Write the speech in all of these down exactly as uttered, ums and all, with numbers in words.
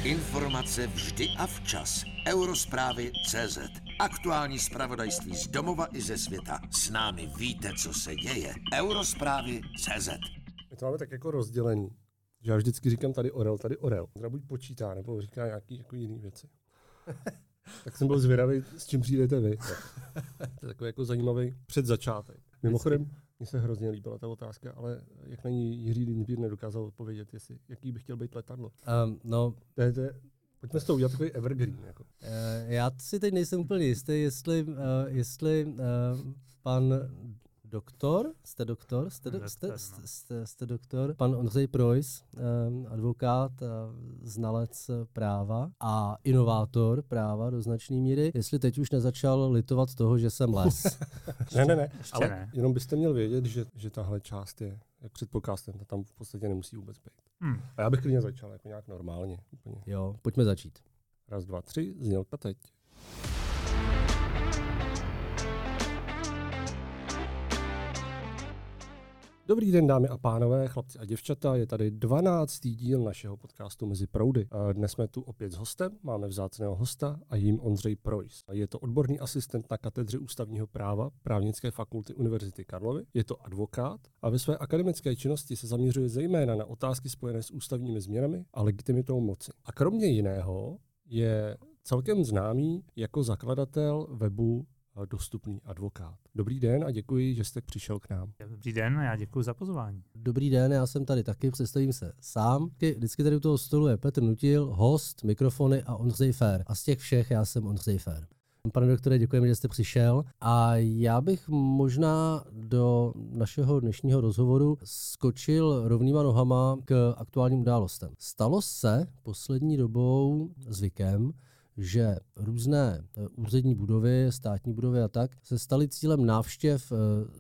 Informace vždy a včas. Eurozprávy tečka cé zet. Aktuální zpravodajství z domova i ze světa. S námi víte, co se děje. Eurozprávy tečka cé zet. My to máme tak jako rozdělený, že já vždycky říkám tady orel, tady orel. Teda buď počítá, nebo říká nějaký jako jiný věci. Tak jsem byl zvědavý, s čím přijdete vy. To je takový jako zajímavý předzačátek. Mimochodem, mně se hrozně líbila ta otázka, ale jak na ní Jiří Dienstbier nedokázal odpovědět, jestli, jaký by chtěl být letadlo. Um, no, to je, to je, pojďme s tou udělat takový evergreen. Jako. Uh, já si teď nejsem úplně jistý, jestli, uh, jestli uh, pan doktor, jste doktor, jste, do, jste, jste, jste, jste doktor, pan Ondřej Preuss, um, advokát, uh, znalec práva a inovátor práva do značné míry, jestli teď už nezačal litovat toho, že jsem les. ne, ne, ne, ale ne. Jenom byste měl vědět, že, že tahle část je, jak před podcastem, ta tam v podstatě nemusí vůbec být. Hmm. A já bych klidně začal jako nějak normálně. Úplně. Jo, pojďme začít. Raz, dva, tři, znělka teď. Dobrý den, dámy a pánové, chlapci a děvčata, je tady dvanáctý díl našeho podcastu Mezi proudy. Dnes jsme tu opět s hostem, máme vzácného hosta a jím Ondřej Preuss. Je to odborný asistent na katedře ústavního práva Právnické fakulty Univerzity Karlovy, je to advokát a ve své akademické činnosti se zaměřuje zejména na otázky spojené s ústavními změnami a legitimitou moci. A kromě jiného je celkem známý jako zakladatel webu Dostupný advokát. Dobrý den a děkuji, že jste přišel k nám. Dobrý den a já děkuji za pozvání. Dobrý den, já jsem tady taky, představím se sám. Vždycky tady u toho stolu je Petr Nutil, host, mikrofony a Ondřej Fér. A z těch všech já jsem Ondřej Fér. Pane doktore, děkujeme, že jste přišel. A já bych možná do našeho dnešního rozhovoru skočil rovnýma nohama k aktuálním událostem. Stalo se poslední dobou zvykem, že různé úřední budovy, státní budovy a tak se staly cílem návštěv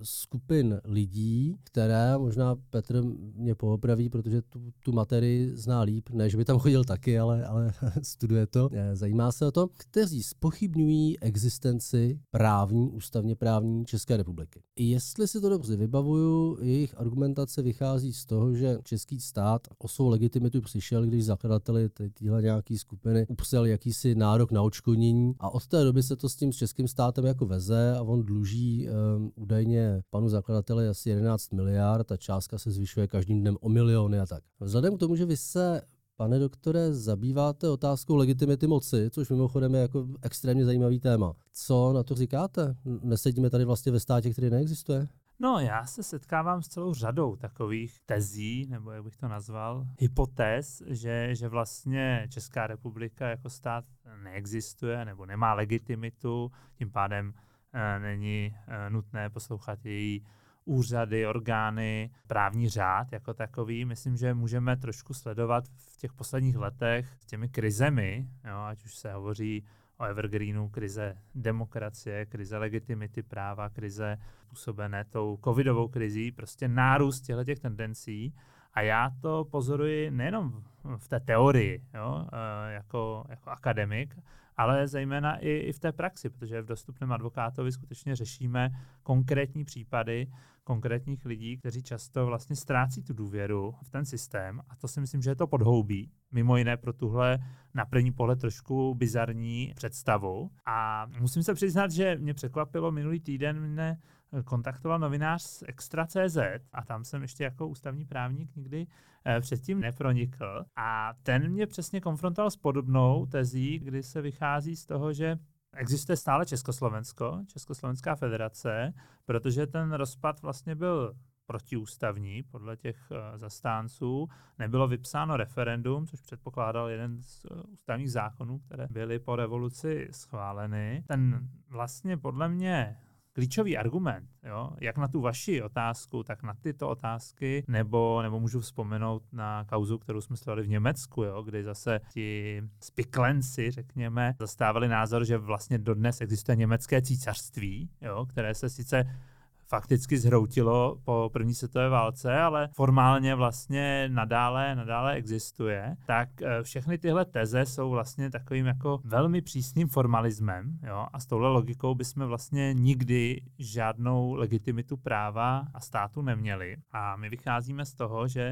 skupin lidí, které, možná Petr mě poopraví, protože tu, tu materii zná líp, ne, že by tam chodil taky, ale, ale studuje to, zajímá se o to, kteří zpochybňují existenci právní, ústavně právní České republiky. I jestli si to dobře vybavuju, jejich argumentace vychází z toho, že český stát o svou legitimitu přišel, když zakladateli tyhle nějaký skupiny upřel jakýsi nárok na odškodnění a od té doby se to s tím s českým státem jako veze a on dluží um, údajně panu zakladateli asi jedenáct miliard a částka se zvyšuje každým dnem o miliony a tak. Vzhledem k tomu, že vy se, pane doktore, zabýváte otázkou legitimity moci, což mimochodem je jako extrémně zajímavý téma. Co na to říkáte? Nesedíme tady vlastně ve státě, který neexistuje? No, já se setkávám s celou řadou takových tezí, nebo jak bych to nazval, hypotéz, že, že vlastně Česká republika jako stát neexistuje nebo nemá legitimitu, tím pádem e, není e, nutné poslouchat její úřady, orgány, právní řád jako takový. Myslím, že můžeme trošku sledovat v těch posledních letech s těmi krizemi, jo, ať už se hovoří o evergreenu, krize demokracie, krize legitimity práva, krize způsobené tou covidovou krizí, prostě nárůst těchto tendencí. A já to pozoruji nejenom v té teorii, jo, jako, jako akademik, ale zejména i, i v té praxi, protože v Dostupném advokátovi skutečně řešíme konkrétní případy konkrétních lidí, kteří často vlastně ztrácí tu důvěru v ten systém a to si myslím, že je to podhoubí, mimo jiné pro tuhle na první pohled trošku bizarní představu. A musím se přiznat, že mě překvapilo minulý týden, mne kontaktoval novinář z Extra tečka cé zet a tam jsem ještě jako ústavní právník nikdy eh, předtím nepronikl. A ten mě přesně konfrontoval s podobnou tezí, kdy se vychází z toho, že existuje stále Československo, Československá federace, protože ten rozpad vlastně byl protiústavní podle těch uh, zastánců. Nebylo vypsáno referendum, což předpokládal jeden z uh, ústavních zákonů, které byly po revoluci schváleny. Ten vlastně podle mě klíčový argument, jo, jak na tu vaši otázku, tak na tyto otázky, nebo, nebo můžu vzpomenout na kauzu, kterou jsme sledovali v Německu, jo, kdy zase ti spiklenci, řekněme, zastávali názor, že vlastně dodnes existuje německé císařství, jo, které se sice fakticky zhroutilo po první světové válce, ale formálně vlastně nadále, nadále existuje, tak všechny tyhle teze jsou vlastně takovým jako velmi přísným formalismem, jo, a s touhle logikou bychom vlastně nikdy žádnou legitimitu práva a státu neměli. A my vycházíme z toho, že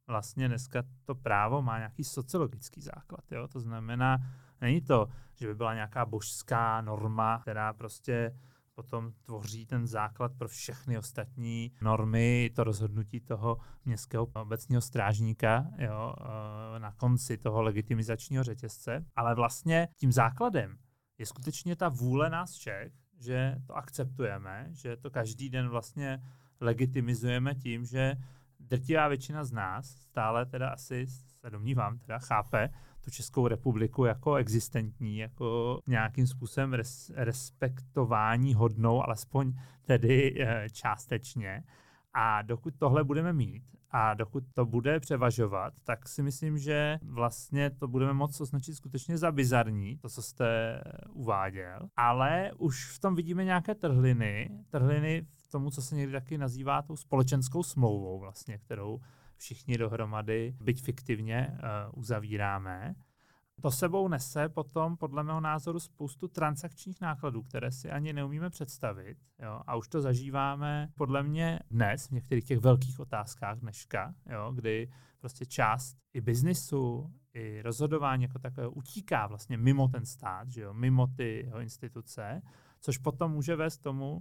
vlastně dneska to právo má nějaký sociologický základ. Jo? To znamená, není to, že by byla nějaká božská norma, která prostě potom tvoří ten základ pro všechny ostatní normy, to rozhodnutí toho městského obecního strážníka, jo, na konci toho legitimizačního řetězce. Ale vlastně tím základem je skutečně ta vůle nás všech, že to akceptujeme, že to každý den vlastně legitimizujeme tím, že drtivá většina z nás stále teda asi, se domnívám, teda chápe tu Českou republiku jako existentní, jako nějakým způsobem res, respektování hodnou, alespoň tedy e, částečně. A dokud tohle budeme mít a dokud to bude převažovat, tak si myslím, že vlastně to budeme moct označit skutečně za bizarní, to, co jste uváděl. Ale už v tom vidíme nějaké trhliny, trhliny v tomu, co se někdy taky nazývá tou společenskou smlouvou, vlastně, kterou všichni dohromady, byť fiktivně, uh, uzavíráme. To sebou nese potom, podle mého názoru, spoustu transakčních nákladů, které si ani neumíme představit. Jo? A už to zažíváme podle mě dnes v některých těch velkých otázkách dneška, jo? Kdy prostě část i biznisu, i rozhodování jako takové utíká vlastně mimo ten stát, že jo? Mimo ty jeho instituce, což potom může vést tomu,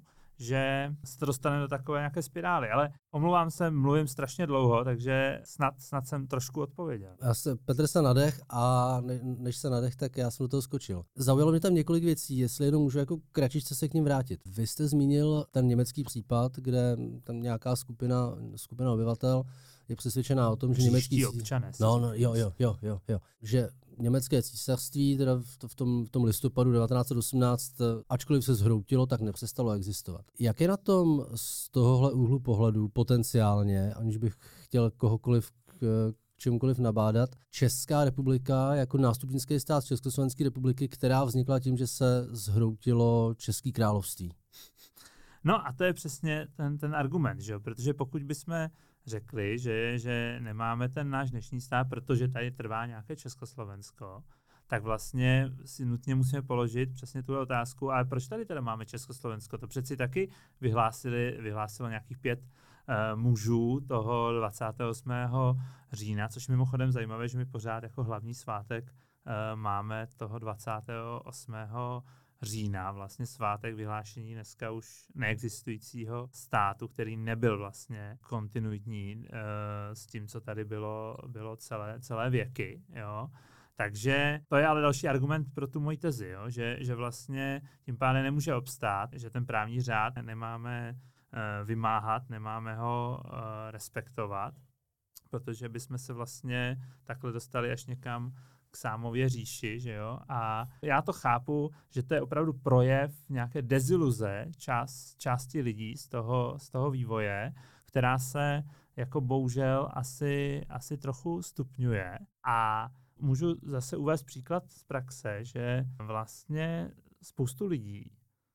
že se to dostane do takové nějaké spirály. Ale omlouvám se, mluvím strašně dlouho, takže snad, snad jsem trošku odpověděl. Já se, Petr se nadech a ne, než se nadech, tak já jsem do toho skočil. Zaujalo mě tam několik věcí, jestli jenom můžu jako kratičce se k ním vrátit. Vy jste zmínil ten německý případ, kde tam nějaká skupina, skupina obyvatel je přesvědčená o tom, že německý občané. No, no, jo, jo, jo, jo, jo, že německé císařství teda v tom, v tom listopadu devatenáct set osmnáct, ačkoliv se zhroutilo, tak nepřestalo existovat. Jak je na tom z tohohle úhlu pohledu potenciálně, aniž bych chtěl kohokoliv k, k čemukoliv nabádat, Česká republika jako nástupnický stát Československé republiky, která vznikla tím, že se zhroutilo České království? No a to je přesně ten, ten argument, že jo? Protože pokud bychom řekli, že, že nemáme ten náš dnešní stát, protože tady trvá nějaké Československo, tak vlastně si nutně musíme položit přesně tuhle otázku, ale proč tady teda máme Československo? To přeci taky vyhlásili, vyhlásilo nějakých pět uh, mužů toho dvacátého osmého října, což mimochodem zajímavé, že my pořád jako hlavní svátek uh, máme toho dvacátého osmého října, vlastně svátek vyhlášení dneska už neexistujícího státu, který nebyl vlastně kontinuitní uh, s tím, co tady bylo, bylo celé, celé věky. Jo. Takže to je ale další argument pro tu moji tezi, jo, že, že vlastně tím pádem nemůže obstát, že ten právní řád nemáme uh, vymáhat, nemáme ho uh, respektovat, protože bychom se vlastně takhle dostali až někam k Sámově říši, že jo? A já to chápu, že to je opravdu projev nějaké deziluze část, části lidí z toho, z toho vývoje, která se jako bohužel asi, asi trochu stupňuje. A můžu zase uvést příklad z praxe, že vlastně spoustu lidí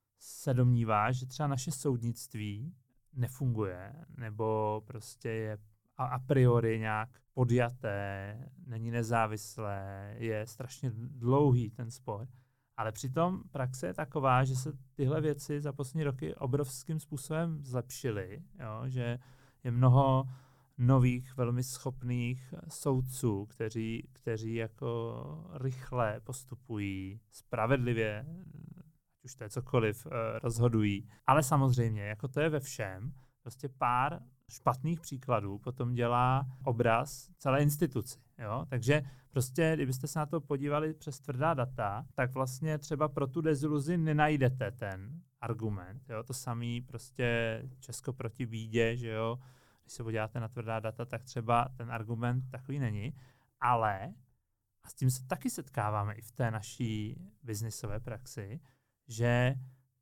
se domnívá, že třeba naše soudnictví nefunguje, nebo prostě je a, a priori nějak podjaté, není nezávislé, je strašně dlouhý ten spor. Ale přitom praxe je taková, že se tyhle věci za poslední roky obrovským způsobem zlepšily, jo? Že je mnoho nových, velmi schopných soudců, kteří, kteří jako rychle postupují, spravedlivě, ať už to je cokoliv, rozhodují. Ale samozřejmě, jako to je ve všem, prostě pár špatných příkladů potom dělá obraz celé instituci. Jo? Takže prostě, kdybyste se na to podívali přes tvrdá data, tak vlastně třeba pro tu deziluzi nenajdete ten argument. Jo? To samý prostě Česko proti bídě, že jo? Když se podíváte na tvrdá data, tak třeba ten argument takový není. Ale, a s tím se taky setkáváme i v té naší biznisové praxi, že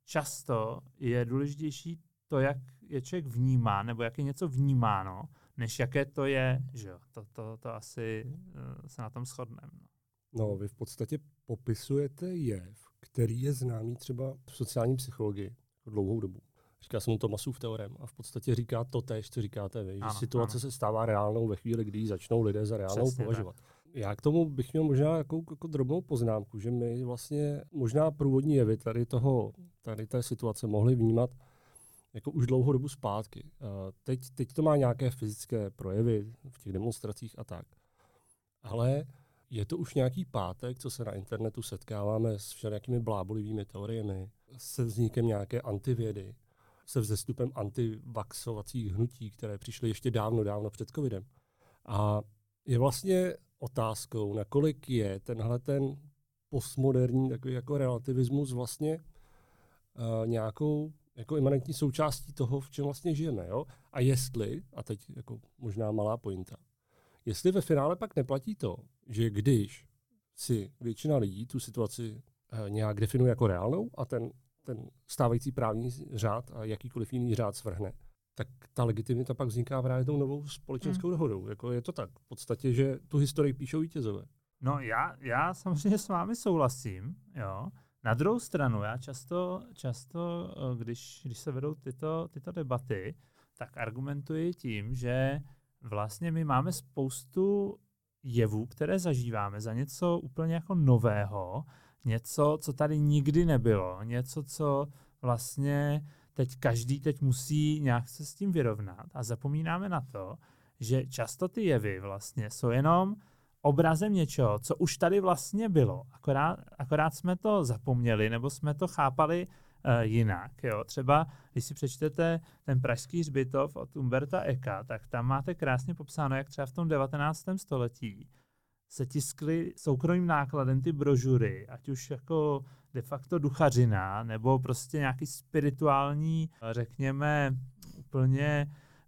často je důležitější to, jak je člověk vnímá, nebo jak je něco vnímáno, než jaké to je, že jo, to, to, to asi uh, se na tom shodneme. No. no, vy v podstatě popisujete jev, který je známý třeba v sociální psychologii dlouhou dobu. Říká se mu Thomasův teorem a v podstatě říká to též, co říkáte vy, ano, že situace ano. se stává reálnou ve chvíli, kdy ji začnou lidé za reálnou Přesně považovat. Tak. Já k tomu bych měl možná jako, jako drobnou poznámku, že my vlastně možná průvodní jevy tady toho, tady té situace mohli vnímat jako už dlouhou dobu zpátky. Uh, teď, teď to má nějaké fyzické projevy v těch demonstracích a tak. Ale je to už nějaký pátek, co se na internetu setkáváme s všelijakými blábolivými teoriemi, se vznikem nějaké antivědy, se vzestupem antivaxovacích hnutí, které přišly ještě dávno, dávno před covidem. A je vlastně otázkou, nakolik je tenhle ten postmoderní takový jako relativismus vlastně uh, nějakou jako imanentní součástí toho, v čem vlastně žijeme. Jo? A jestli, a teď jako možná malá pointa, jestli ve finále pak neplatí to, že když si většina lidí tu situaci uh, nějak definuje jako reálnou a ten, ten stávající právní řád a jakýkoliv jiný řád svrhne, tak ta legitimita pak vzniká právě tou novou společenskou hmm. dohodou. Jako je to tak v podstatě, že tu historii píšou vítězové. No já, já samozřejmě s vámi souhlasím, jo. Na druhou stranu, já často, často když, když se vedou tyto, tyto debaty, tak argumentuji tím, že vlastně my máme spoustu jevů, které zažíváme za něco úplně jako nového, něco, co tady nikdy nebylo, něco, co vlastně teď každý teď musí nějak se s tím vyrovnat a zapomínáme na to, že často ty jevy vlastně jsou jenom obrazem něčeho, co už tady vlastně bylo. Akorát, akorát jsme to zapomněli, nebo jsme to chápali uh, jinak. Jo. Třeba, když si přečtete ten pražský hřbitov od Umberta Ecka, tak tam máte krásně popsáno, jak třeba v tom devatenáctém století se tiskly soukromým nákladem ty brožury, ať už jako de facto duchařina, nebo prostě nějaký spirituální, řekněme, úplně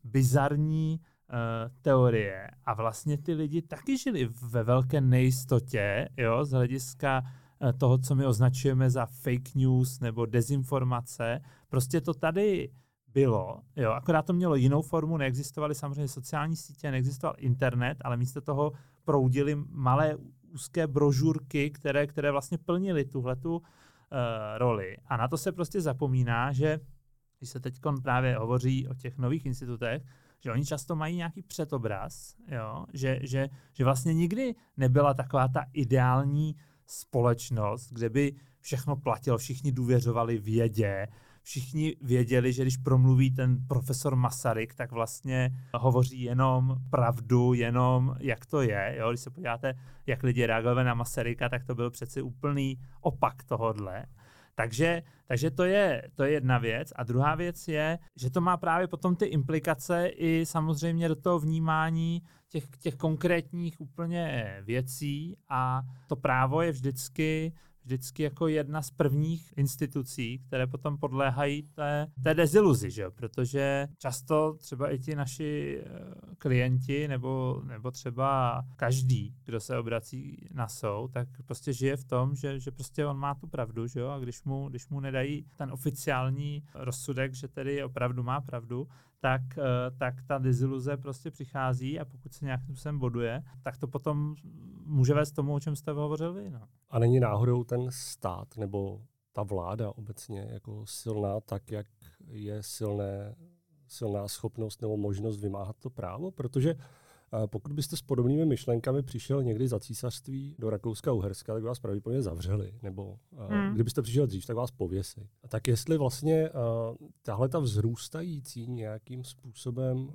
bizarní uh, teorie. A vlastně ty lidi taky žili ve velké nejistotě, jo, z hlediska uh, toho, co my označujeme za fake news nebo dezinformace. Prostě to tady bylo, jo, akorát to mělo jinou formu, neexistovaly samozřejmě sociální sítě, neexistoval internet, ale místo toho proudily malé úzké brožurky, které, které vlastně plnily tuhletu uh, roli. A na to se prostě zapomíná, že když se teď právě hovoří o těch nových institutech, že oni často mají nějaký předobraz, jo, že, že, že vlastně nikdy nebyla taková ta ideální společnost, kde by všechno platilo, všichni důvěřovali vědě, všichni věděli, že když promluví ten profesor Masaryk, tak vlastně hovoří jenom pravdu, jenom jak to je. Jo? Když se podíváte, jak lidi reagovali na Masaryka, tak to byl přeci úplný opak tohodle. Takže, takže to, je, to je jedna věc. A druhá věc je, že to má právě potom ty implikace i samozřejmě do toho vnímání těch, těch konkrétních úplně věcí a to právo je vždycky vždycky jako jedna z prvních institucí, které potom podléhají té, té deziluzi, že jo? Protože často třeba i ti naši klienti nebo, nebo třeba každý, kdo se obrací na soud, tak prostě žije v tom, že, že prostě on má tu pravdu, že jo? A když mu, když mu nedají ten oficiální rozsudek, že tedy opravdu má pravdu, tak, tak ta deziluze prostě přichází a pokud se nějakým způsobem boduje, tak to potom může vést tomu, o čem jste hovořil vy. No. A není náhodou ten stát nebo ta vláda obecně jako silná tak, jak je silné, silná schopnost nebo možnost vymáhat to právo? Protože pokud byste s podobnými myšlenkami přišel někdy za císařství do Rakouska-Uherska, tak vás pravděpodobně zavřeli. Nebo hmm. kdybyste přišel dřív, tak vás pověsí. A tak jestli vlastně uh, tahle ta vzrůstající nějakým způsobem uh,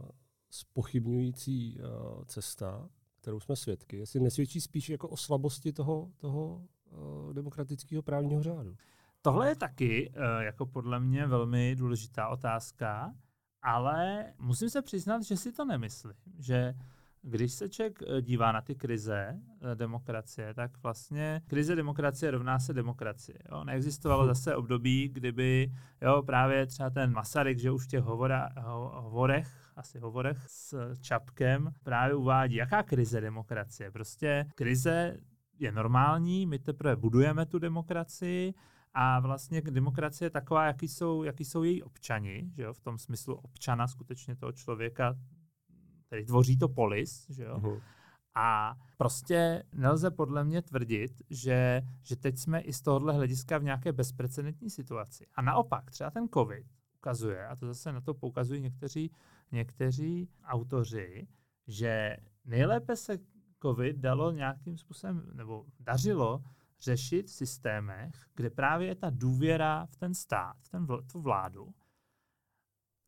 zpochybňující uh, cesta, kterou jsme svědky, jestli nesvědčí spíš jako o slabosti toho, toho uh, demokratického právního řádu. Tohle je taky uh, jako podle mě velmi důležitá otázka, ale musím se přiznat, že si to nemyslím, že když se člověk dívá na ty krize demokracie, tak vlastně krize demokracie rovná se demokracie. Jo? Neexistovalo zase období, kdyby jo, právě třeba ten Masaryk, že už v těch hovora, ho, hovorech, asi hovorech s Čapkem právě uvádí, jaká krize demokracie. Prostě krize je normální, my teprve budujeme tu demokracii, a vlastně demokracie je taková, jaký jsou, jaký jsou její občani, že jo? V tom smyslu občana, skutečně toho člověka, který tvoří to polis. Že jo? Uh-huh. A prostě nelze podle mě tvrdit, že, že teď jsme i z tohohle hlediska v nějaké bezprecedentní situaci. A naopak, třeba ten covid ukazuje, a to zase na to poukazují někteří, někteří autoři, že nejlépe se covid dalo nějakým způsobem, nebo dařilo řešit v systémech, kde právě je ta důvěra v ten stát, v ten vl- tu vládu.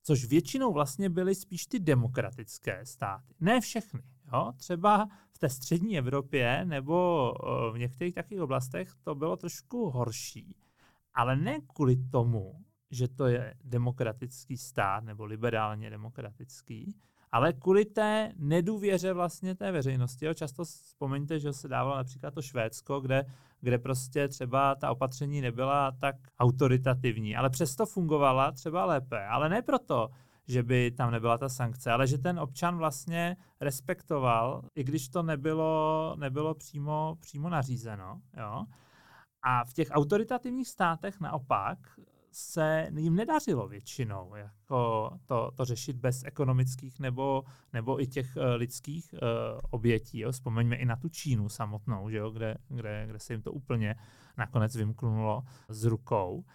což většinou vlastně byly spíš ty demokratické státy. Ne všechny. Jo? Třeba v té střední Evropě nebo v některých takových oblastech to bylo trošku horší. Ale ne kvůli tomu, že to je demokratický stát nebo liberálně demokratický, ale kvůli té nedůvěře vlastně té veřejnosti. Jo. Často vzpomeňte, že se dávalo například to Švédsko, kde, kde prostě třeba ta opatření nebyla tak autoritativní, ale přesto fungovala třeba lépe. Ale ne proto, že by tam nebyla ta sankce, ale že ten občan vlastně respektoval, i když to nebylo, nebylo přímo, přímo nařízeno. Jo. A v těch autoritativních státech naopak se jim nedařilo většinou jako to, to řešit bez ekonomických nebo, nebo i těch uh, lidských uh, obětí. Jo. Vzpomeňme i na tu Čínu samotnou, že jo, kde, kde, kde se jim to úplně nakonec vymknulo z rukou. Uh,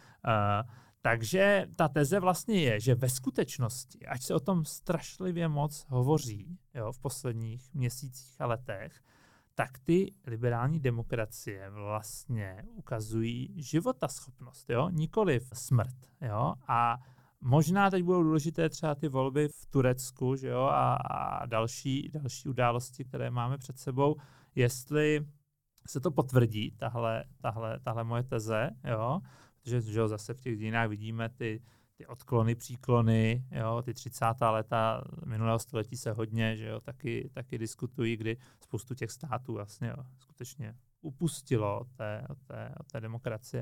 takže ta teze vlastně je, že ve skutečnosti, ať se o tom strašlivě moc hovoří, jo, v posledních měsících a letech, tak ty liberální demokracie vlastně ukazují životaschopnost, jo? Nikoliv smrt. Jo? A možná teď budou důležité třeba ty volby v Turecku, že jo? A, a další, další události, které máme před sebou, jestli se to potvrdí, tahle, tahle, tahle moje teze, jo? Protože že jo, zase v těch dějinách vidíme ty ty odklony, příklony, jo, ty třicátá léta minulého století se hodně, že jo, taky, taky diskutují, kdy spoustu těch států vlastně jo, skutečně upustilo od té, od té, od té demokracie.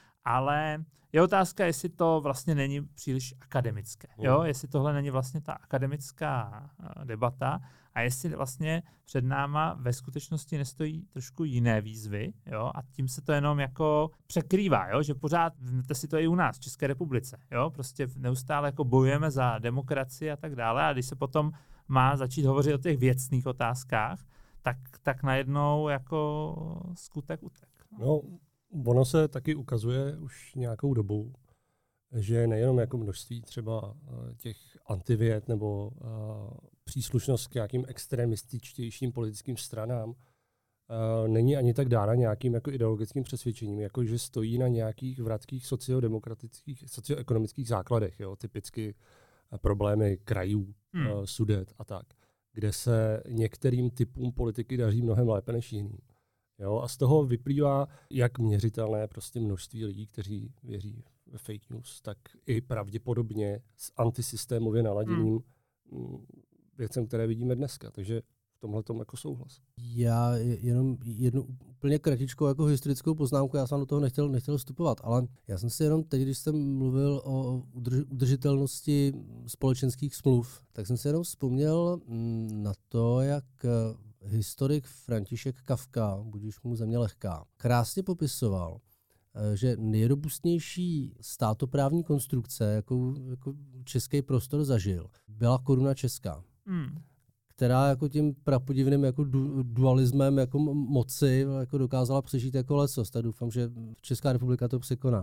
Ale je otázka, jestli to vlastně není příliš akademické. Jo? Jestli tohle není vlastně ta akademická debata a jestli vlastně před náma ve skutečnosti nestojí trošku jiné výzvy, jo? A tím se to jenom jako překrývá, jo? Že pořád, to si to i u nás v České republice, jo? Prostě neustále jako bojujeme za demokracii a tak dále a když se potom má začít hovořit o těch věcných otázkách, tak, tak najednou jako skutek utek. No. no. Ono se taky ukazuje už nějakou dobu, že nejenom jako množství třeba těch antivěd nebo uh, příslušnost k nějakým extremističtějším politickým stranám uh, není ani tak dána nějakým jako ideologickým přesvědčením, jako že stojí na nějakých vratkých sociodemokratických, socioekonomických základech, jo, typicky uh, problémy krajů, hmm. uh, Sudet a tak, kde se některým typům politiky daří mnohem lépe než jiným. Jo, a z toho vyplývá jak měřitelné prostě množství lidí, kteří věří ve fake news, tak i pravděpodobně s antisystémově naladěným hmm. věcem, které vidíme dneska. Takže v tomhle tom jako souhlas. Já jenom jednu úplně kratičkou jako historickou poznámku, já jsem do toho nechtěl, nechtěl vstupovat, ale já jsem si jenom teď, když jsem mluvil o udrž, udržitelnosti společenských smluv, tak jsem si jenom vzpomněl na to, jak historik František Kafka, budiž mu země lehká, krásně popisoval, že nejrobustnější státoprávní konstrukce, jakou jako český prostor zažil, byla koruna česká, hmm. která jako tím prapodivným jako du, dualismem jako moci jako dokázala přežít jako lecos. Tak doufám, že Česká republika to překoná.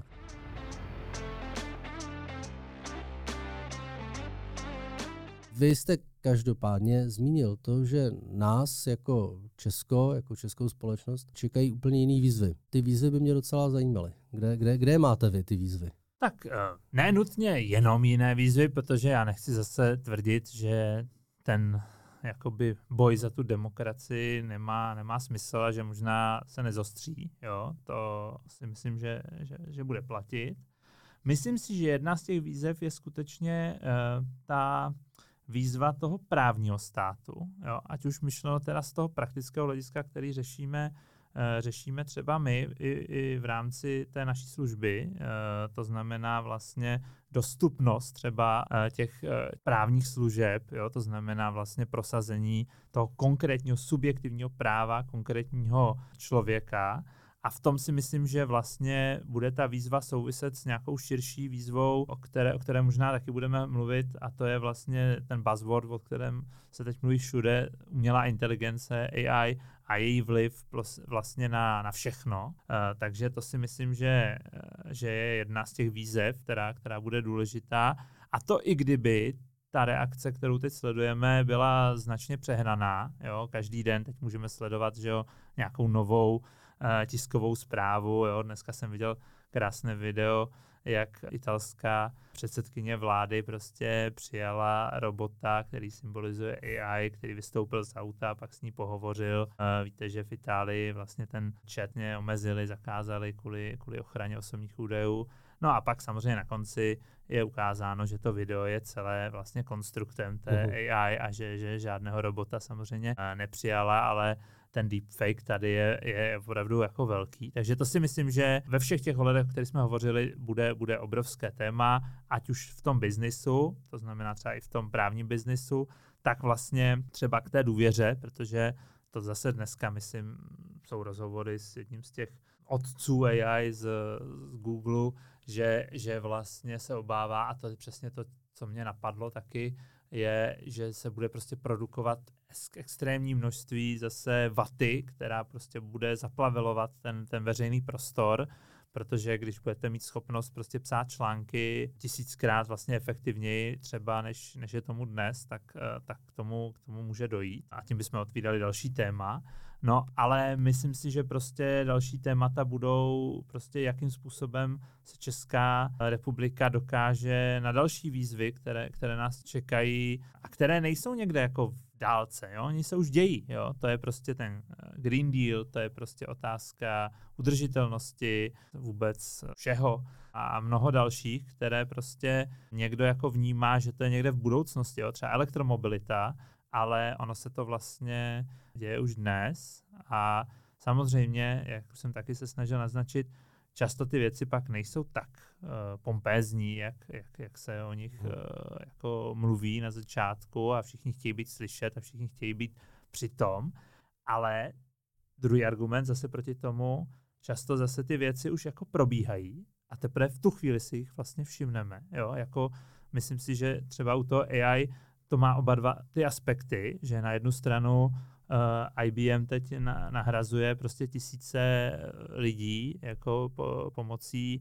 Vy jste každopádně zmínil to, že nás jako Česko, jako českou společnost, čekají úplně jiný výzvy. Ty výzvy by mě docela zajímaly. Kde, kde, kde máte vy ty výzvy? Tak ne nutně jenom jiné výzvy, protože já nechci zase tvrdit, že ten jakoby boj za tu demokracii nemá, nemá smysl a že možná se nezostří. Jo? To si myslím, že, že, že bude platit. Myslím si, že jedna z těch výzev je skutečně uh, ta výzva toho právního státu, jo? Ať už myšleno teda z toho praktického hlediska, který řešíme, uh, řešíme třeba my i, i v rámci té naší služby, uh, to znamená vlastně dostupnost třeba uh, těch uh, právních služeb, jo? To znamená vlastně prosazení toho konkrétního subjektivního práva konkrétního člověka. A v tom si myslím, že vlastně bude ta výzva souviset s nějakou širší výzvou, o které, o které možná taky budeme mluvit, a to je vlastně ten buzzword, o kterém se teď mluví všude, umělá inteligence, A I a její vliv vlastně na, na všechno. Uh, takže to si myslím, že, že je jedna z těch výzev, která, která bude důležitá. A to i kdyby ta reakce, kterou teď sledujeme, byla značně přehnaná. Jo? Každý den teď můžeme sledovat, že jo, nějakou novou tiskovou zprávu. Jo. Dneska jsem viděl krásné video, jak italská předsedkyně vlády prostě přijala robota, který symbolizuje A I, který vystoupil z auta, pak s ní pohovořil. Víte, že v Itálii vlastně ten chat omezili, zakázali kvůli, kvůli ochraně osobních údajů. No a pak samozřejmě na konci je ukázáno, že to video je celé vlastně konstruktem té uh-huh. A I a že, že žádného robota samozřejmě nepřijala, ale ten deepfake tady je, je opravdu jako velký. Takže to si myslím, že ve všech těch ohledech, o kterých jsme hovořili, bude, bude obrovské téma, ať už v tom biznisu, to znamená třeba i v tom právním biznisu, tak vlastně třeba k té důvěře, protože to zase dneska, myslím, jsou rozhovory s jedním z těch otců A I z, z Google, že, že vlastně se obává, a to je přesně to, co mě napadlo taky, je, že se bude prostě produkovat extrémní množství zase vaty, která prostě bude zaplavelovat ten, ten veřejný prostor, protože když budete mít schopnost prostě psát články tisíckrát vlastně efektivněji třeba než, než je tomu dnes, tak, tak k tomu, k tomu může dojít. A tím bychom otvírali další téma. No, ale myslím si, že prostě další témata budou prostě jakým způsobem se Česká republika dokáže na další výzvy, které, které nás čekají a které nejsou někde jako v dálce, jo? Oni se už dějí, jo? To je prostě ten Green Deal, to je prostě otázka udržitelnosti vůbec všeho a mnoho dalších, které prostě někdo jako vnímá, že to je někde v budoucnosti, jo? Třeba elektromobilita, ale ono se to vlastně děje už dnes a samozřejmě, jak už jsem taky se snažil naznačit, často ty věci pak nejsou tak uh, pompézní, jak, jak, jak se o nich uh, jako mluví na začátku a všichni chtějí být slyšet a všichni chtějí být přitom, ale druhý argument zase proti tomu, často zase ty věci už jako probíhají a teprve v tu chvíli si jich vlastně všimneme. Jo? Jako, myslím si, že třeba u toho A I to má oba dva ty aspekty, že na jednu stranu uh, I B M teď na, nahrazuje prostě tisíce lidí jako po, pomocí,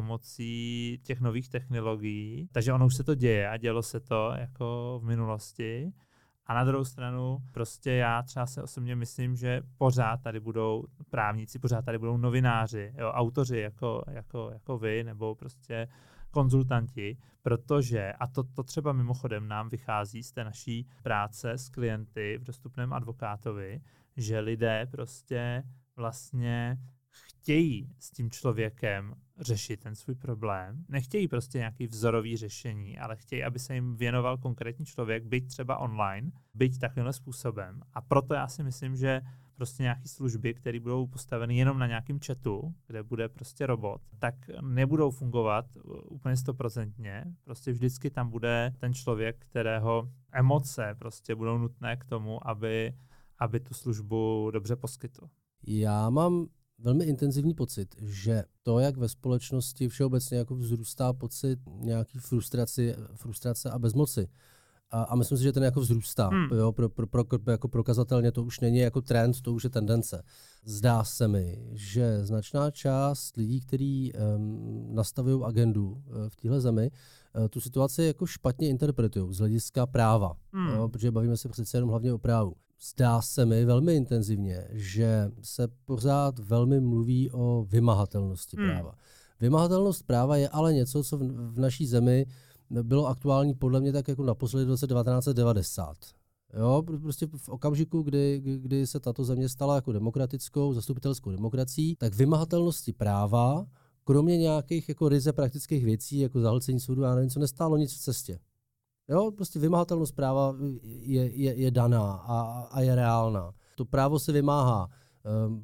pomocí těch nových technologií, takže ono už se to děje a dělo se to jako v minulosti. A na druhou stranu prostě já třeba se osobně myslím, že pořád tady budou právníci, pořád tady budou novináři, jo, autoři jako, jako, jako vy, nebo prostě konzultanti, protože, a to, to třeba mimochodem nám vychází z té naší práce s klienty v dostupném advokátovi, že lidé prostě vlastně chtějí s tím člověkem řešit ten svůj problém. Nechtějí prostě nějaký vzorový řešení, ale chtějí, aby se jim věnoval konkrétní člověk, byť třeba online, byť takovým způsobem. A proto já si myslím, že prostě nějaké služby, které budou postaveny jenom na nějakém chatu, kde bude prostě robot, tak nebudou fungovat úplně stoprocentně. Prostě vždycky tam bude ten člověk, kterého emoce prostě budou nutné k tomu, aby, aby tu službu dobře poskytl. Já mám velmi intenzivní pocit, že to, jak ve společnosti všeobecně jako vzrůstá pocit nějaký frustraci, frustrace a bezmoci. A, a myslím si, že ten jako vzrůstá. Hmm. Jo, pro, pro, pro, jako prokazatelně to už není jako trend, to už je tendence. Zdá se mi, že značná část lidí, kteří um, nastavují agendu uh, v téhle zemi, uh, tu situaci jako špatně interpretují z hlediska práva. Hmm. Jo, protože bavíme se přece jenom hlavně o právu. Zdá se mi velmi intenzivně, že se pořád velmi mluví o vymahatelnosti hmm. práva. Vymahatelnost práva je ale něco, co v, v naší zemi bylo aktuální podle mě tak jako naposledy v roce devatenáct set devadesát. Jo, prostě v okamžiku, kdy, kdy se tato země stala jako demokratickou, zastupitelskou demokracií, tak vymahatelnosti práva, kromě nějakých jako ryze praktických věcí, jako zahlcení soudu, já nevím, co nestálo nic v cestě. Jo, prostě vymahatelnost práva je, je, je daná a, a je reálná. To právo se vymáhá um,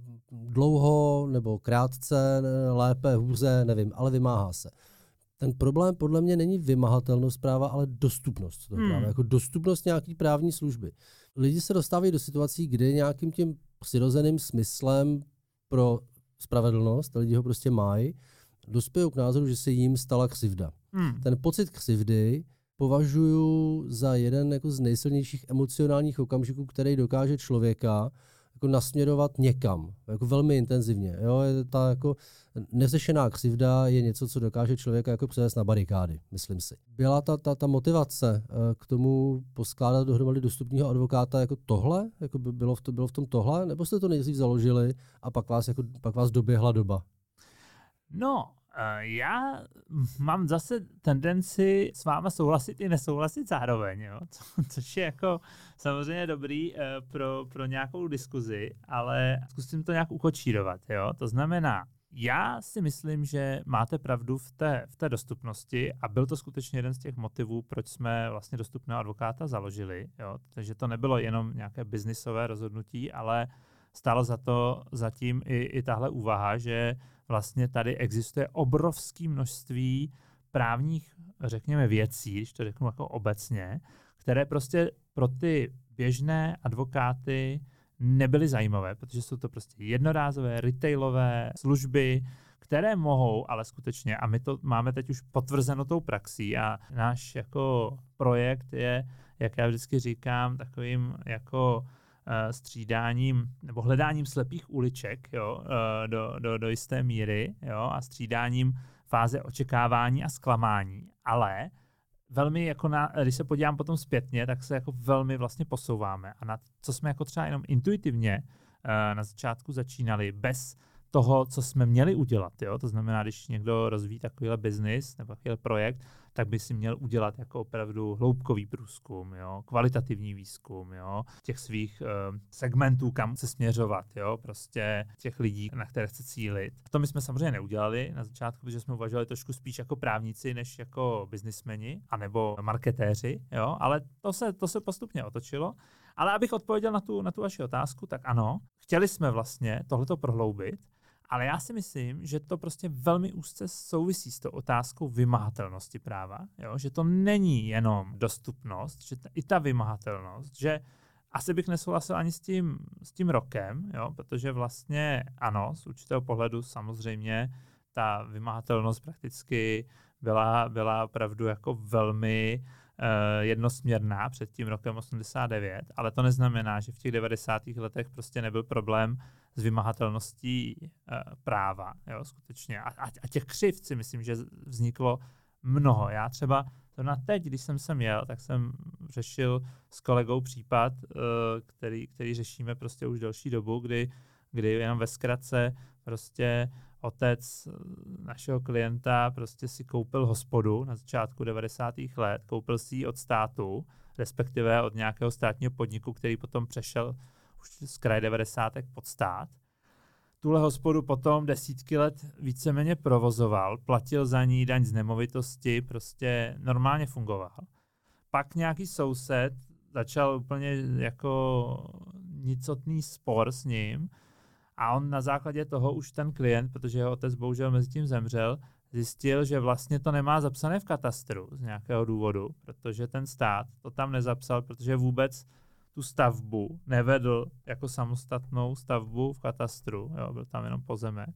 dlouho nebo krátce, lépe, hůře, nevím, ale vymáhá se. Ten problém podle mě není vymahatelnost práva, ale dostupnost toho práva, hmm. jako dostupnost nějaký právní služby. Lidi se dostávají do situací, kdy nějakým tím přirozeným smyslem pro spravedlnost, lidi ho prostě mají, dospějí k názoru, že se jim stala křivda. Hmm. Ten pocit křivdy považuji za jeden jako z nejsilnějších emocionálních okamžiků, který dokáže člověka jako nasměrovat někam, jako velmi intenzivně. Jo? Ta jako neřešená křivda je něco, co dokáže člověka jako převést na barikády, myslím si. Byla ta, ta, ta motivace k tomu poskládat dohromady dostupního advokáta jako tohle? Jako by bylo, v to, bylo v tom tohle? Nebo jste to nejdřív založili a pak vás, jako, pak vás doběhla doba? No, Já mám zase tendenci s váma souhlasit i nesouhlasit zároveň, jo? Co, což je jako samozřejmě dobrý uh, pro, pro nějakou diskuzi, ale zkusím to nějak ukočírovat. Jo? To znamená, já si myslím, že máte pravdu v té, v té dostupnosti a byl to skutečně jeden z těch motivů, proč jsme vlastně dostupného advokáta založili. Jo? Takže to nebylo jenom nějaké biznisové rozhodnutí, ale stálo za to zatím i, i tahle úvaha, že vlastně tady existuje obrovské množství právních, řekněme, věcí, když to řeknu jako obecně, které prostě pro ty běžné advokáty nebyly zajímavé, protože jsou to prostě jednorázové, retailové služby, které mohou, ale skutečně, a my to máme teď už potvrzeno tou praxí a náš jako projekt je, jak já vždycky říkám, takovým jako střídáním nebo hledáním slepých uliček, jo, do, do, do jisté míry, jo, a střídáním fáze očekávání a zklamání. Ale velmi, jako na, když se podívám potom zpětně, tak se jako velmi vlastně posouváme. A na co jsme jako třeba jenom intuitivně na začátku začínali, bez toho, co jsme měli udělat. Jo? To znamená, když někdo rozvíjí takovýhle biznis nebo takovýhle projekt, tak by si měl udělat jako opravdu hloubkový průzkum, jo? Kvalitativní výzkum, jo? Těch svých uh, segmentů, kam se směřovat, jo? Prostě těch lidí, na které chce cílit. To my jsme samozřejmě neudělali na začátku, protože jsme uvažovali trošku spíš jako právníci, než jako biznismeni, anebo marketéři, jo? Ale to se, to se postupně otočilo. Ale abych odpověděl na tu, na tu vaši otázku, tak ano, chtěli jsme vlastně tohleto prohloubit, ale já si myslím, že to prostě velmi úzce souvisí s tou otázkou vymahatelnosti práva, jo? Že to není jenom dostupnost, že ta, i ta vymahatelnost, že asi bych nesouhlasil ani s tím, s tím rokem, jo? Protože vlastně ano, z určitého pohledu samozřejmě ta vymahatelnost prakticky byla, byla opravdu jako velmi uh, jednosměrná před tím rokem osmdesát devět, ale to neznamená, že v těch devadesátých letech prostě nebyl problém s vymahatelností uh, práva, jo, skutečně. A, a, a těch křivd si myslím, že vzniklo mnoho. Já třeba na teď, když jsem sem jel, tak jsem řešil s kolegou případ, uh, který, který řešíme prostě už delší dobu, kdy, kdy jenom ve zkratce prostě otec našeho klienta prostě si koupil hospodu na začátku devadesátých let, koupil si ji od státu, respektive od nějakého státního podniku, který potom přešel už z kraje devadesátek pod stát. Tuhle hospodu potom desítky let víceméně provozoval, platil za ní daň z nemovitosti, prostě normálně fungoval. Pak nějaký soused začal úplně jako nicotný spor s ním a on na základě toho už ten klient, protože jeho otec bohužel mezi tím zemřel, zjistil, že vlastně to nemá zapsané v katastru z nějakého důvodu, protože ten stát to tam nezapsal, protože vůbec tu stavbu nevedl jako samostatnou stavbu v katastru, jo, byl tam jenom pozemek,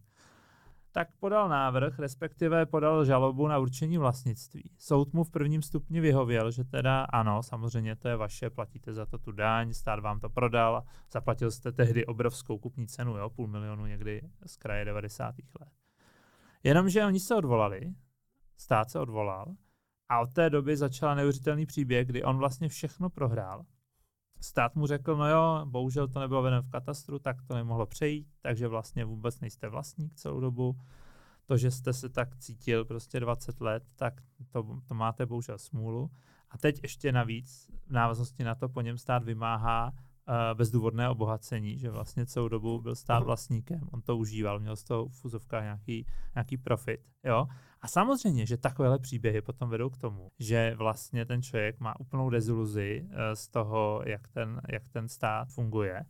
tak podal návrh, respektive podal žalobu na určení vlastnictví. Soud mu v prvním stupni vyhověl, že teda ano, samozřejmě to je vaše, platíte za to tu daň, stát vám to prodal, zaplatil jste tehdy obrovskou kupní cenu, jo, půl milionu někdy z kraje devadesátých let. Jenomže oni se odvolali, stát se odvolal a od té doby začal neuvěřitelný příběh, kdy on vlastně všechno prohrál. Stát mu řekl, no jo, bohužel to nebylo vedeno v katastru, tak to nemohlo přejít, takže vlastně vůbec nejste vlastník celou dobu. To, že jste se tak cítil prostě dvacet let, tak to, to máte bohužel smůlu. A teď ještě navíc v návaznosti na to po něm stát vymáhá uh, bezdůvodné obohacení, že vlastně celou dobu byl stát vlastníkem, on to užíval, měl z toho v úzovkách nějaký, nějaký profit, jo. A samozřejmě, že takovéhle příběhy potom vedou k tomu, že vlastně ten člověk má úplnou deziluzi uh, z toho, jak ten, jak ten stát funguje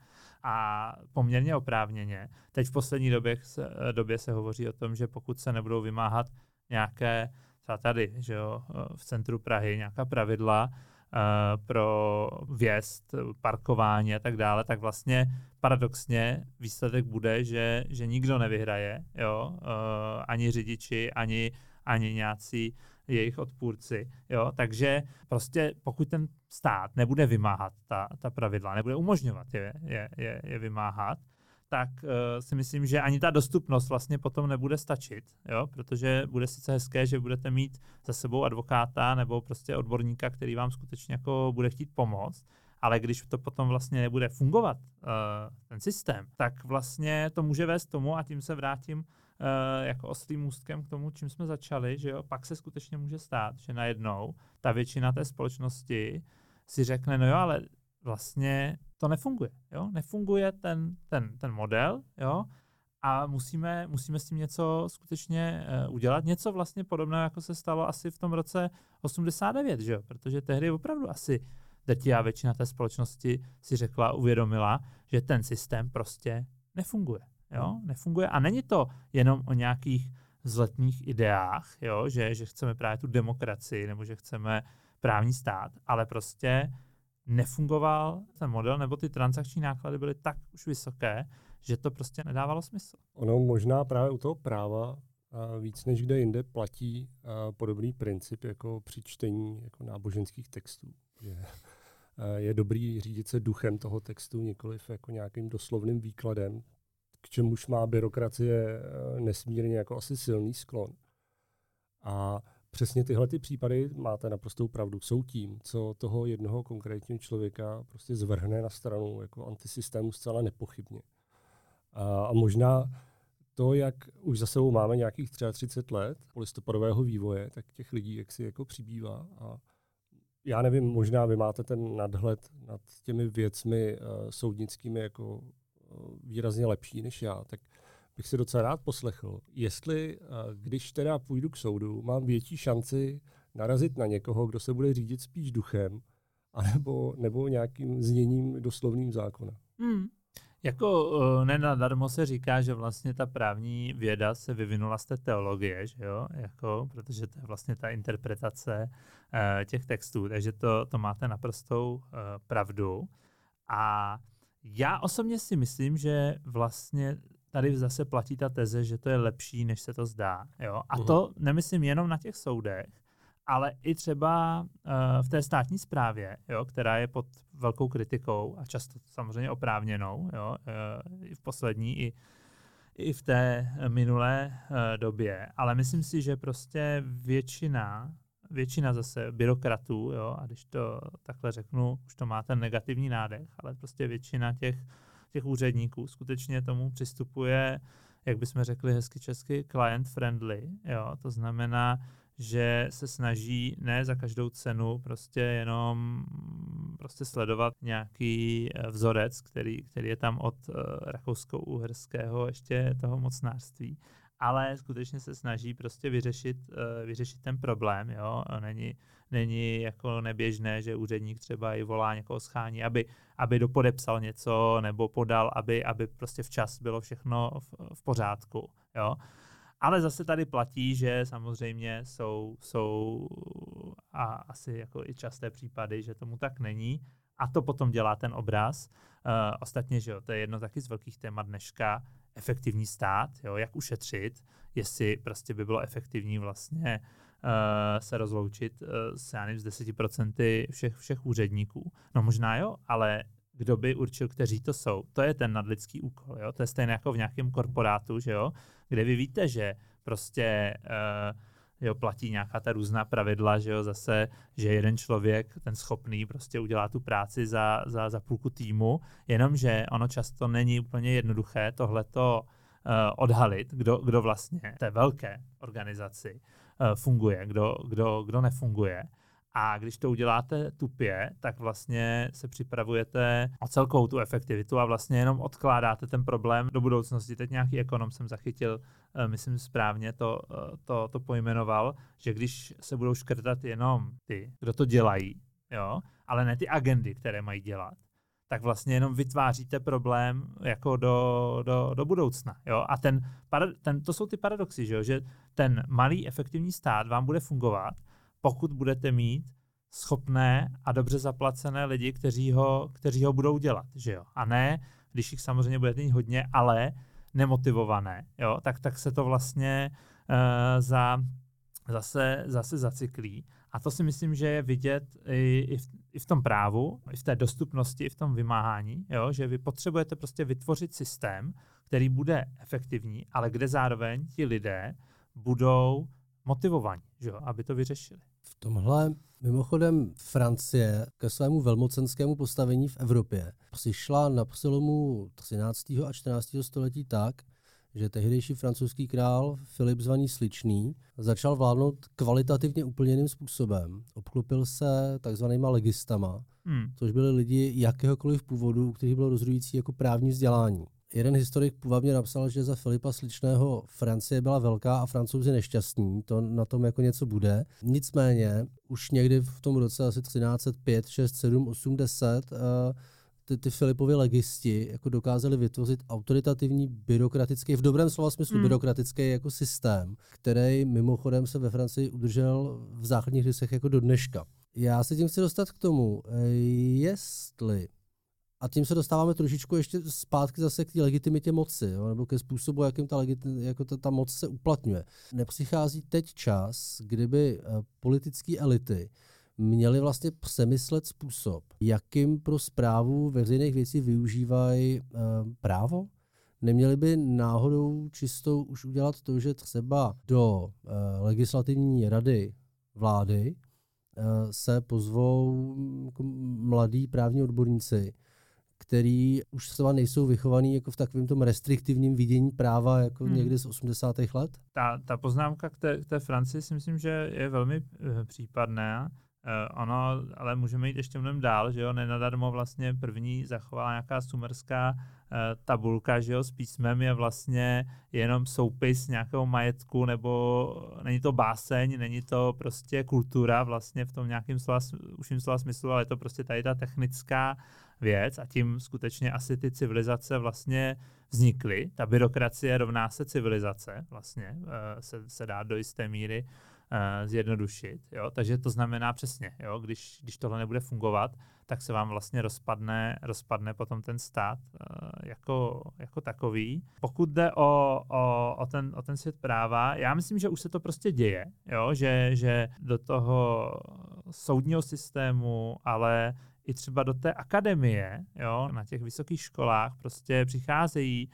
a poměrně oprávněně. Teď v poslední době se, době se hovoří o tom, že pokud se nebudou vymáhat nějaké, třeba tady, že jo, v centru Prahy, nějaká pravidla, Uh, pro vjezd, parkování a tak dále, tak vlastně paradoxně výsledek bude, že, že nikdo nevyhraje, jo? Uh, ani řidiči, ani, ani nějací jejich odpůrci. Jo? Takže prostě pokud ten stát nebude vymáhat ta, ta pravidla, nebude umožňovat je, je, je, je vymáhat, tak uh, si myslím, že ani ta dostupnost vlastně potom nebude stačit, jo? Protože bude sice hezké, že budete mít za sebou advokáta nebo prostě odborníka, který vám skutečně jako bude chtít pomoct, ale když to potom vlastně nebude fungovat, uh, ten systém, tak vlastně to může vést tomu, a tím se vrátím uh, jako oslým můstkem k tomu, čím jsme začali, že jo, pak se skutečně může stát, že najednou ta většina té společnosti si řekne, no jo, ale vlastně to nefunguje, jo, nefunguje ten, ten, ten model, jo, a musíme, musíme s tím něco skutečně uh, udělat, něco vlastně podobného, jako se stalo asi v tom roce osmdesát devět, že jo, protože tehdy opravdu asi drtivá většina té společnosti si řekla, uvědomila, že ten systém prostě nefunguje, jo, nefunguje a není to jenom o nějakých vzletných ideách, jo, že, že chceme právě tu demokracii nebo že chceme právní stát, ale prostě nefungoval ten model, nebo ty transakční náklady byly tak už vysoké, že to prostě nedávalo smysl. Ono možná právě u toho práva a víc než kde jinde platí a podobný princip jako při čtení jako náboženských textů. Že je dobrý řídit se duchem toho textu, nikoliv jako nějakým doslovným výkladem, k čemuž má byrokracie nesmírně jako asi silný sklon. A přesně tyhle ty případy, máte naprostou pravdu, jsou tím, co toho jednoho konkrétního člověka prostě zvrhne na stranu jako antisystému zcela nepochybně. A, a možná to, jak už za sebou máme nějakých třicet tři let polistopadového vývoje, tak těch lidí jaksi jako přibývá. A já nevím, možná vy máte ten nadhled nad těmi věcmi uh, soudnickými jako uh, výrazně lepší než já, tak bych si docela rád poslechl, jestli, uh, když teda půjdu k soudu, mám větší šanci narazit na někoho, kdo se bude řídit spíš duchem, anebo, nebo nějakým zněním doslovným zákona. Hmm. Jako uh, nenadarmo se říká, že vlastně ta právní věda se vyvinula z té teologie, že jo? Jako, protože to je vlastně ta interpretace uh, těch textů, takže to, to máte naprostou uh, pravdu. A já osobně si myslím, že vlastně tady zase platí ta teze, že to je lepší, než se to zdá. Jo? A to nemyslím jenom na těch soudech, ale i třeba uh, v té státní správě, jo, která je pod velkou kritikou a často samozřejmě oprávněnou, jo, uh, i v poslední, i, i v té minulé uh, době. Ale myslím si, že prostě většina, většina zase byrokratů, jo, a když to takhle řeknu, už to má ten negativní nádech, ale prostě většina těch, těch úředníků skutečně tomu přistupuje, jak bychom řekli hezky česky, client friendly, jo, to znamená, že se snaží ne za každou cenu prostě jenom prostě sledovat nějaký vzorec, který, který je tam od uh, rakousko-uherského ještě toho mocnářství, ale skutečně se snaží prostě vyřešit, uh, vyřešit ten problém, jo, není, není jako neběžné, že úředník třeba i volá někoho schání, aby, aby dopodepsal něco nebo podal, aby, aby prostě včas bylo všechno v, v pořádku, jo. Ale zase tady platí, že samozřejmě jsou, jsou a asi jako i časté případy, že tomu tak není. A to potom dělá ten obraz. Uh, ostatně, že jo, to je jedno taky z velkých témat dneška, efektivní stát, jo, jak ušetřit, jestli prostě by bylo efektivní vlastně uh, se rozloučit uh, s, já nevím, s deseti procenty všech, všech úředníků. No možná jo, ale kdo by určil, kteří to jsou. To je ten nadlidský úkol, jo? To je stejné jako v nějakém korporátu, že jo? Kde vy víte, že prostě uh, jo, platí nějaká ta různá pravidla, že jo, zase, že jeden člověk, ten schopný, prostě udělá tu práci za, za, za půlku týmu, jenomže ono často není úplně jednoduché tohleto uh, odhalit, kdo, kdo vlastně v té velké organizaci uh, funguje, kdo, kdo, kdo nefunguje. A když to uděláte tupě, tak vlastně se připravujete o celkovou tu efektivitu a vlastně jenom odkládáte ten problém do budoucnosti. Teď nějaký ekonom jsem zachytil, myslím správně to, to, to pojmenoval, že když se budou škrtat jenom ty, kdo to dělají, jo, ale ne ty agendy, které mají dělat, tak vlastně jenom vytváříte problém jako do, do, do budoucna. Jo? A ten, ten, to jsou ty paradoxy, že, jo? Že ten malý efektivní stát vám bude fungovat, pokud budete mít schopné a dobře zaplacené lidi, kteří ho, kteří ho budou dělat, že jo. A ne, když jich samozřejmě budete mít hodně, ale nemotivované, jo, tak, tak se to vlastně uh, za, zase, zase zacyklí. A to si myslím, že je vidět i, i, v, i v tom právu, i v té dostupnosti, i v tom vymáhání, jo, že vy potřebujete prostě vytvořit systém, který bude efektivní, ale kde zároveň ti lidé budou motivovaní, že jo, aby to vyřešili. V tomhle mimochodem Francie ke svému velmocenskému postavení v Evropě přišla na přelomu třináctého a čtrnáctého století tak, že tehdejší francouzský král Filip zvaný Sličný začal vládnout kvalitativně úplně jiným způsobem. Obklopil se takzvanýma legistama, hmm. což byli lidi jakéhokoliv původu, u kterých bylo rozhodující jako právní vzdělání. Jeden historik půvabně napsal, že za Filipa Sličného Francie byla velká a Francouzi nešťastní, to na tom jako něco bude. Nicméně už někdy v tom roce asi třináct set pět, šest, sedm, osm, deset uh, ty, ty Filipovi legisti jako dokázali vytvořit autoritativní, byrokratický, v dobrém slova smyslu mm. byrokratický jako systém, který mimochodem se ve Francii udržel v základních rysech jako do dneška. Já se tím chci dostat k tomu, jestli, a tím se dostáváme trošičku ještě zpátky zase k té legitimitě moci, jo, nebo ke způsobu, jakým ta, legiti- jako ta, ta moc se uplatňuje. Nepřichází teď čas, kdyby politické elity měli vlastně přemyslet způsob, jakým pro správu veřejných věcí využívají uh, právo? Neměli by náhodou čistou už udělat to, že třeba do uh, legislativní rady vlády uh, se pozvou jako mladí právní odborníci, který už třeba nejsou vychovaný jako v takovém tom restriktivním vidění práva jako hmm. někdy z osmdesátých let? Ta, ta poznámka k té, k té Francii si myslím, že je velmi uh, případná. Uh, ono, ale můžeme jít ještě mnohem dál, že jo, nenadarmo vlastně první zachovala nějaká sumerská uh, tabulka, že jo, s písmem je vlastně jenom soupis nějakého majetku, nebo není to báseň, není to prostě kultura vlastně v tom nějakým slova, užším slova smyslu, ale je to prostě tady ta technická věc a tím skutečně asi ty civilizace vlastně vznikly. Ta byrokracie rovná se civilizace vlastně, uh, se, se dá do jisté míry Uh, zjednodušit. Jo? Takže to znamená přesně, jo? Když, když tohle nebude fungovat, tak se vám vlastně rozpadne, rozpadne potom ten stát uh, jako, jako takový. Pokud jde o, o, o, ten, o ten svět práva, já myslím, že už se to prostě děje, jo? Že, že do toho soudního systému, ale i třeba do té akademie, jo? Na těch vysokých školách prostě přicházejí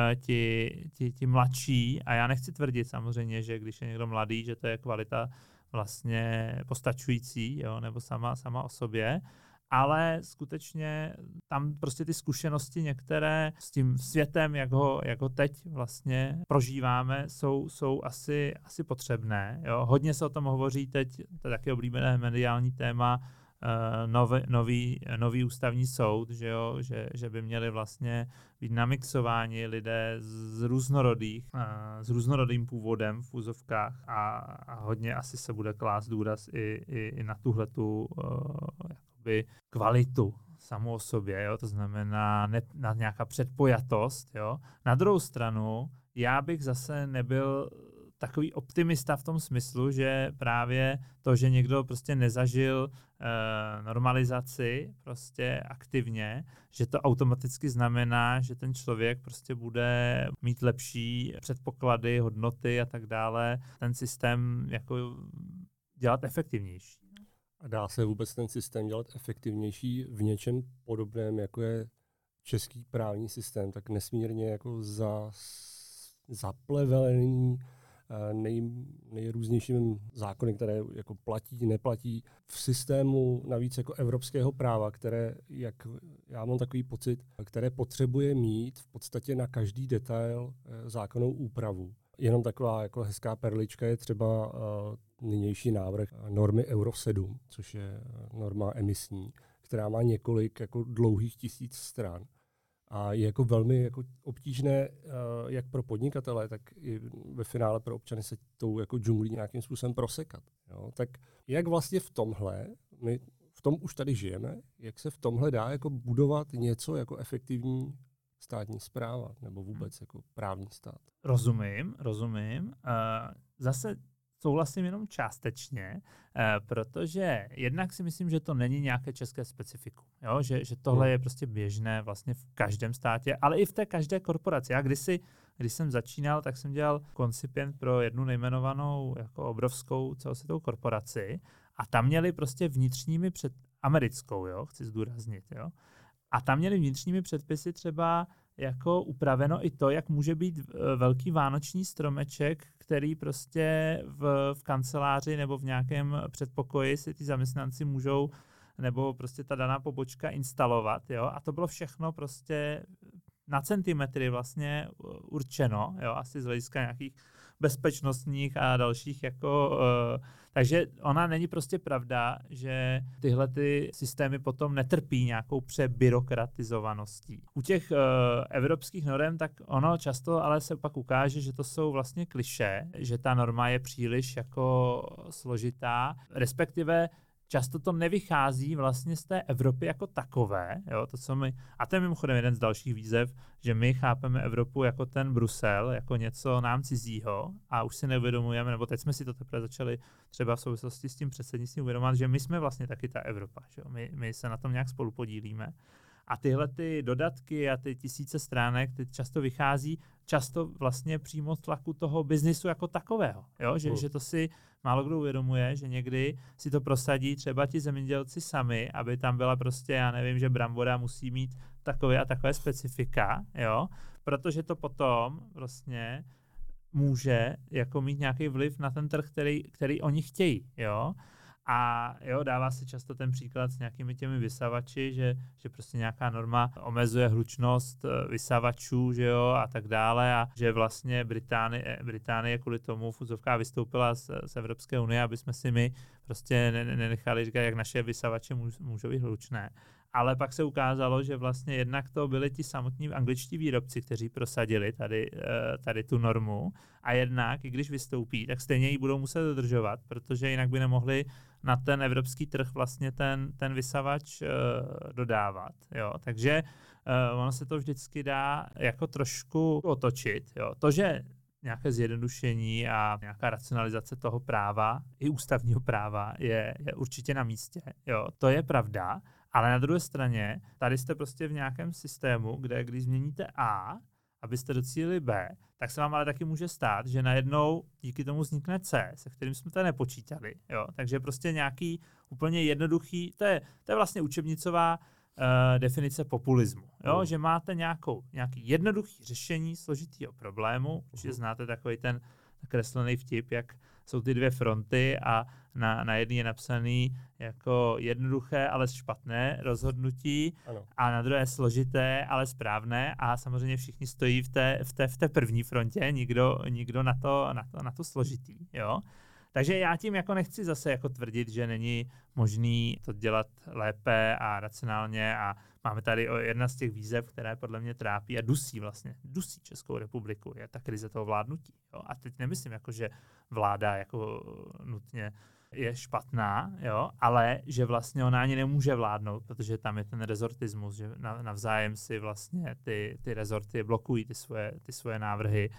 Ti, ti, ti mladší, a já nechci tvrdit samozřejmě, že když je někdo mladý, že to je kvalita vlastně postačující, jo, nebo sama, sama o sobě, ale skutečně tam prostě ty zkušenosti některé s tím světem, jak ho, jak ho teď vlastně prožíváme, jsou, jsou asi, asi potřebné. Jo. Hodně se o tom hovoří teď, to je taky oblíbené mediální téma, Uh, nový, nový, nový ústavní soud, že, jo, že, že by měli vlastně být namixováni lidé z různorodých, uh, s různorodým původem v úzovkách a, a hodně asi se bude klást důraz i, i, i na tuhletu uh, jakoby kvalitu samou o sobě, jo, to znamená ne, na nějaká předpojatost. Jo. Na druhou stranu, já bych zase nebyl takový optimista v tom smyslu, že právě to, že někdo prostě nezažil e, normalizaci prostě aktivně, že to automaticky znamená, že ten člověk prostě bude mít lepší předpoklady, hodnoty a tak dále, ten systém jako dělat efektivnější. A dá se vůbec ten systém dělat efektivnější v něčem podobném, jako je český právní systém, tak nesmírně jako za, zaplevelený Nej, nejrůznějšími zákony, které jako platí, neplatí v systému navíc jako evropského práva, které, jak já mám takový pocit, které potřebuje mít v podstatě na každý detail zákonnou úpravu. Jenom taková jako hezká perlička je třeba uh, nynější návrh normy Euro sedm, což je norma emisní, která má několik jako dlouhých tisíc stran. A je jako velmi jako obtížné, uh, jak pro podnikatele, tak i ve finále pro občany se tou jako džunglí nějakým způsobem prosekat. Jo? Tak jak vlastně v tomhle, my v tom už tady žijeme, jak se v tomhle dá jako budovat něco jako efektivní státní správa nebo vůbec jako právní stát? Rozumím, rozumím. Uh, zase souhlasím jenom částečně, eh, protože jednak si myslím, že to není nějaké české specifikum. Jo? Že, že tohle hmm. je prostě běžné vlastně v každém státě, ale i v té každé korporaci. Já kdysi, když jsem začínal, tak jsem dělal koncipient pro jednu nejmenovanou jako obrovskou celosvětovou korporaci a tam měli prostě vnitřními před americkou, jo? Chci zdůraznit, jo? A tam měli vnitřními předpisy třeba jako upraveno i to, jak může být velký vánoční stromeček, který prostě v, v kanceláři nebo v nějakém předpokoji si ty zaměstnanci můžou nebo prostě ta daná pobočka instalovat, jo, a to bylo všechno prostě na centimetry vlastně určeno, jo, asi z hlediska nějakých bezpečnostních a dalších jako, uh, takže ona není prostě pravda, že tyhle ty systémy potom netrpí nějakou přebyrokratizovaností. U těch uh, evropských norem, tak ono často ale se pak ukáže, že to jsou vlastně klišé, že ta norma je příliš jako složitá, respektive často to nevychází vlastně z té Evropy jako takové, jo, to, co my, a to je mimochodem jeden z dalších výzev, že my chápeme Evropu jako ten Brusel, jako něco nám cizího a už si neuvědomujeme, nebo teď jsme si to teprve začali třeba v souvislosti s tím předsednictvím uvědomovat, že my jsme vlastně taky ta Evropa, že jo? My, my se na tom nějak spolu podílíme. A tyhle ty dodatky a ty tisíce stránek ty často vychází často vlastně přímo z tlaku toho biznisu jako takového. Jo? Že, mm. že to si málo kdo uvědomuje, že někdy si to prosadí třeba ti zemědělci sami, aby tam byla prostě, já nevím, že brambora musí mít takové a takové specifika, jo? Protože to potom vlastně může jako mít nějaký vliv na ten trh, který, který oni chtějí. Jo? A jo, dává se často ten příklad s nějakými těmi vysavači, že, že prostě nějaká norma omezuje hlučnost vysavačů, že jo, a tak dále, a že vlastně Británie, Británie kvůli tomu v úzovkách vystoupila z, z Evropské unie, aby jsme si my prostě nenechali říkat, jak naše vysavače můžou být hlučné. Ale pak se ukázalo, že vlastně jednak to byli ti samotní angličtí výrobci, kteří prosadili tady, tady tu normu, a jednak, i když vystoupí, tak stejně ji budou muset dodržovat, protože jinak by nemohli na ten evropský trh vlastně ten, ten vysavač uh, dodávat. Jo. Takže uh, ono se to vždycky dá jako trošku otočit. Jo. To, že nějaké zjednodušení a nějaká racionalizace toho práva, i ústavního práva, je, je určitě na místě. Jo. To je pravda, ale na druhé straně, tady jste prostě v nějakém systému, kde když změníte A, abyste docílili B, tak se vám ale taky může stát, že najednou díky tomu vznikne C, se kterým jsme to nepočítali. Jo? Takže prostě nějaký úplně jednoduchý, to je, to je vlastně učebnicová uh, definice populismu. Jo? Mm. Že máte nějakou, nějaký jednoduchý řešení složitýho problému, určitě mm. znáte takový ten kreslený vtip, jak jsou ty dvě fronty a na, na jedné je napsaný jako jednoduché, ale špatné rozhodnutí, ano. A na druhé složité, ale správné, a samozřejmě všichni stojí v té, v té, v té první frontě, nikdo, nikdo na, to, na, to, na to složitý. Jo? Takže já tím jako nechci zase jako tvrdit, že není možný to dělat lépe a racionálně, a máme tady jedna z těch výzev, která podle mě trápí a dusí vlastně, dusí Českou republiku, je ta krize toho vládnutí. Jo? A teď nemyslím jako, že vláda jako nutně je špatná, jo, ale že vlastně ona ani nemůže vládnout, protože tam je ten rezortismus, že navzájem si vlastně ty, ty rezorty blokují ty svoje, ty svoje návrhy uh,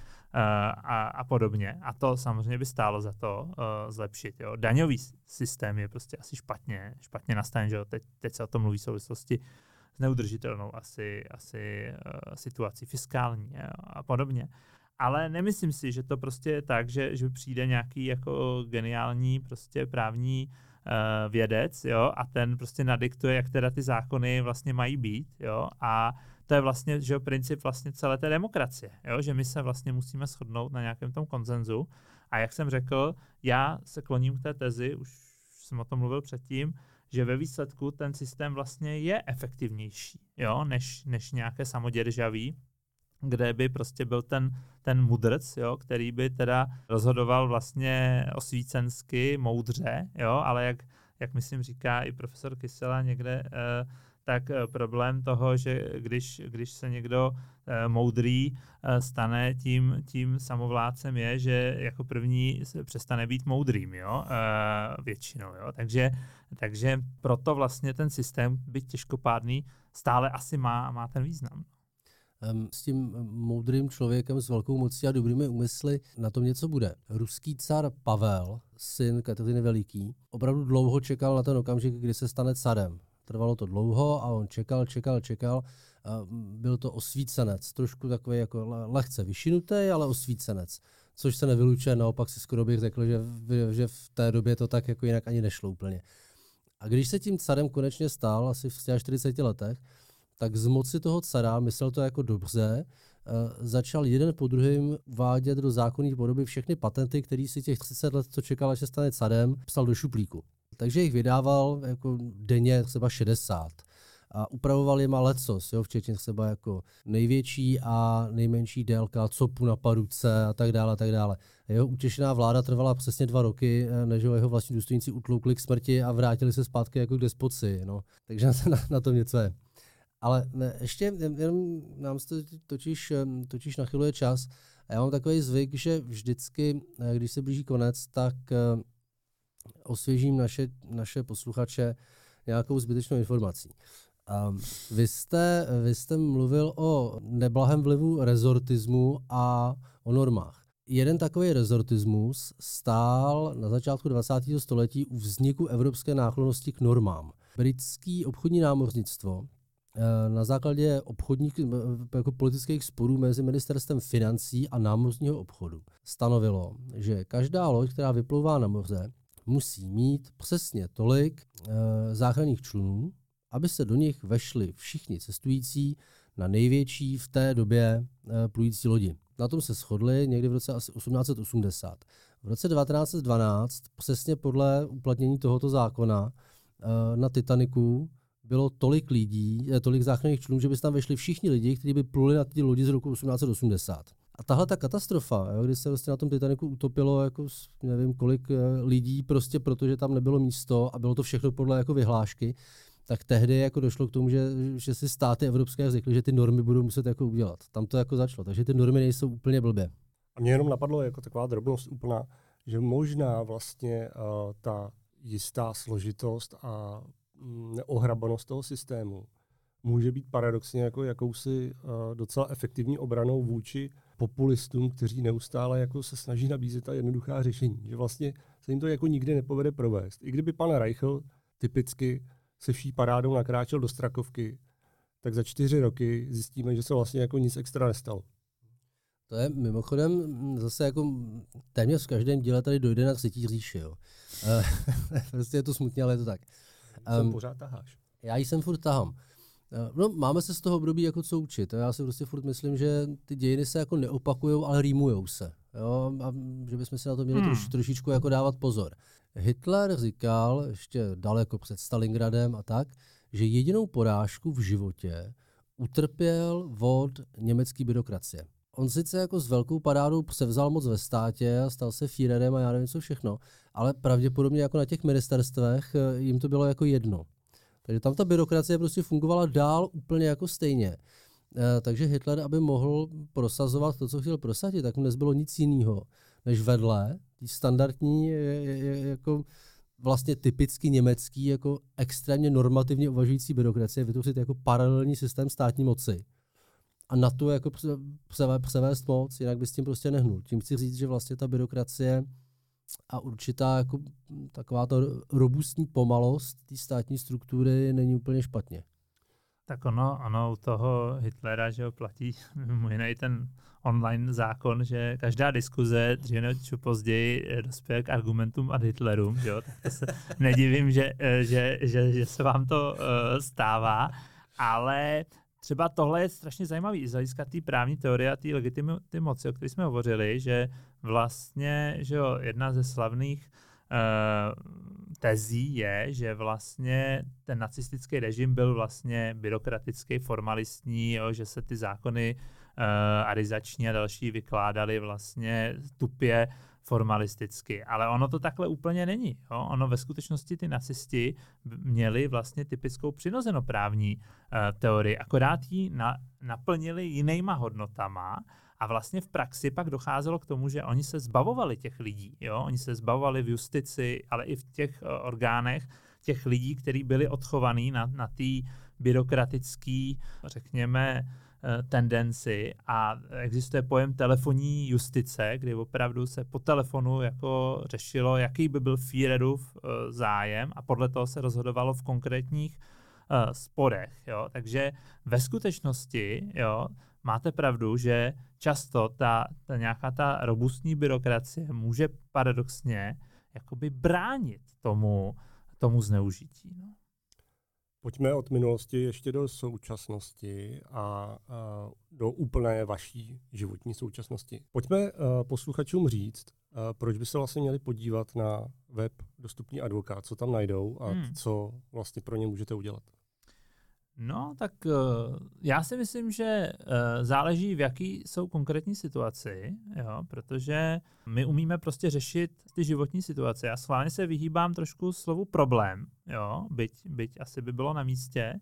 a, a podobně. A to samozřejmě by stálo za to uh, zlepšit. Jo. Daňový systém je prostě asi špatně, špatně nastaven, že jo. Teď, teď se o tom mluví v souvislosti s neudržitelnou asi, asi uh, situací fiskální, jo, a podobně. Ale nemyslím si, že to prostě je tak, že, že přijde nějaký jako geniální prostě právní uh, vědec, jo, a ten prostě nadiktuje, jak teda ty zákony vlastně mají být, jo, a to je vlastně, že princip vlastně celé té demokracie, jo, že my se vlastně musíme shodnout na nějakém tom konsenzu, a jak jsem řekl, já se kloním k té tezi, už jsem o tom mluvil předtím, že ve výsledku ten systém vlastně je efektivnější, jo, než, než nějaké samoděržaví, kde by prostě byl ten, ten mudrc, jo, který by teda rozhodoval vlastně osvícensky, moudře, jo, ale jak, jak myslím říká i profesor Kysela někde, eh, tak problém toho, že když, když se někdo eh, moudrý eh, stane tím, tím samovládcem, je, že jako první se přestane být moudrým, jo, eh, většinou, jo, takže, takže proto vlastně ten systém, byť těžkopádný, stále asi má, má ten význam. S tím moudrým člověkem s velkou mocí a dobrými úmysly na tom něco bude. Ruský car Pavel, syn Kateřiny Veliký, opravdu dlouho čekal na ten okamžik, kdy se stane carem. Trvalo to dlouho a on čekal, čekal, čekal. Byl to osvícenec, trošku takový jako lehce vyšinutý, ale osvícenec. Což se nevylučuje, naopak si skoro bych řekl, že v, že v té době to tak jako jinak ani nešlo úplně. A když se tím carem konečně stal, asi v čtyřiceti letech, tak z moci toho cara, myslel to jako dobře, začal jeden po druhém uvádět do zákonné podoby všechny patenty, který si těch třicet let, co čekal, až se stane carem, psal do šuplíku. Takže jich vydával jako denně třeba šedesát. A upravoval je má lecos, jo, včetně třeba jako největší a nejmenší délka copu na paruce a tak dále, a tak dále. Jeho utěšená vláda trvala přesně dva roky, než ho jeho vlastní důstojníci utloukli k smrti a vrátili se zpátky jako k despoci. No. Takže na, na tom něco je. Ale ne, ještě jenom nám se totiž, totiž nachyluje čas. A já mám takový zvyk, že vždycky, když se blíží konec, tak osvěžím naše, naše posluchače nějakou zbytečnou informací. Um, vy, jste, vy jste mluvil o neblahém vlivu rezortismu a o normách. Jeden takový rezortismus stál na začátku dvacátého století u vzniku evropské náklonnosti k normám. Britský obchodní námořnictvo na základě obchodních jako politických sporů mezi ministerstvem financí a námořního obchodu stanovilo, že každá loď, která vyplouvá na moře, musí mít přesně tolik e, záchranných člunů, aby se do nich vešli všichni cestující na největší v té době e, plující lodi. Na tom se shodli někdy v roce asi osmnáct set osmdesát. V roce devatenáct set dvanáct, přesně podle uplatnění tohoto zákona, e, na Titaniku bylo tolik lidí, tolik záchranných člunů, že by se tam vešli všichni lidi, kteří by pluli na ty lodi z roku osmnáct set osmdesát. A tahle ta katastrofa, jo, kdy se vlastně na tom Titaniku utopilo jako nevím kolik lidí, prostě protože tam nebylo místo a bylo to všechno podle jako vyhlášky, tak tehdy jako došlo k tomu, že, že si státy evropské řekly, že ty normy budou muset jako udělat. Tam to jako začalo, takže ty normy nejsou úplně blbě. A mě jenom napadlo jako taková drobnost úplná, že možná vlastně uh, ta jistá složitost a neohrabanost toho systému může být paradoxně jako jakousi uh, docela efektivní obranou vůči populistům, kteří neustále jako se snaží nabízet ta jednoduchá řešení. Že vlastně se jim to jako nikdy nepovede provést. I kdyby pan Reichl typicky se vší parádou nakráčel do Strakovky, tak za čtyři roky zjistíme, že se vlastně jako nic extra nestalo. To je mimochodem zase jako téměř v každém díle tady dojde na třetí říši. Jo. Prostě je to smutně, ale je to tak. Jsem um, pořád taháš. Já jsem furt tahám. No, máme se z toho období jako co učit. Já si prostě furt myslím, že ty dějiny se jako neopakujou, ale rýmujou se. Jo? A že bychom si na to měli hmm. troš, trošičku jako dávat pozor. Hitler říkal, ještě daleko před Stalingradem a tak, že jedinou porážku v životě utrpěl od německé byrokracie. On sice jako s velkou parádou převzal moc ve státě a stal se Führerem a já nevím co všechno, ale pravděpodobně jako na těch ministerstvech jim to bylo jako jedno. Takže tam ta byrokracie prostě fungovala dál úplně jako stejně. E, takže Hitler, aby mohl prosazovat to, co chtěl prosadit, tak mu nezbylo nic jiného, než vedle tý standardní, je, je, jako vlastně typicky německý, jako extrémně normativně uvažující byrokracie, vytvořit jako paralelní systém státní moci. A na to jako převést moc, jinak by s tím prostě nehnul. Tím chci říct, že vlastně ta byrokracie a určitá jako taková ta robustní pomalost té státní struktury není úplně špatně. Tak ono, ono u toho Hitlera, že ho platí mimo jiné ten online zákon, že každá diskuze dříve či později dospěje k argumentům ad Hitlerům, jo? Tak to se nedivím, že, že, že, že se vám to uh, stává, ale třeba tohle je strašně zajímavý z hlediska té právní teorie a té legitimity moci, o které jsme hovořili, že vlastně že jo, jedna ze slavných uh, tezí je, že vlastně ten nacistický režim byl vlastně byrokratický, formalistní, jo, že se ty zákony uh, arizační a další vykládaly vlastně tupě formalisticky. Ale ono to takhle úplně není. Jo? Ono ve skutečnosti ty nacisti měli vlastně typickou přinozenoprávní uh, teorii, akorát ji na, naplnili jinýma hodnotama a vlastně v praxi pak docházelo k tomu, že oni se zbavovali těch lidí. Jo? Oni se zbavovali v justici, ale i v těch uh, orgánech těch lidí, kteří byli odchovaní na, na té byrokratické, řekněme, tendenci a existuje pojem telefonní justice, kdy opravdu se po telefonu jako řešilo, jaký by byl Führerův uh, zájem a podle toho se rozhodovalo v konkrétních uh, sporech. Jo? Takže ve skutečnosti jo, máte pravdu, že často ta, ta nějaká ta robustní byrokracie může paradoxně jakoby bránit tomu, tomu zneužití. No. Pojďme od minulosti ještě do současnosti a, a do úplné vaší životní současnosti. Pojďme uh, posluchačům říct, uh, proč by se vlastně měli podívat na web Dostupný advokát, co tam najdou a hmm. co vlastně pro ně můžete udělat. No, tak uh, já si myslím, že uh, záleží, v jaký jsou konkrétní situaci, jo, protože my umíme prostě řešit ty životní situace. Já schválně se vyhýbám trošku slovu problém, jo, byť, byť asi by bylo na místě,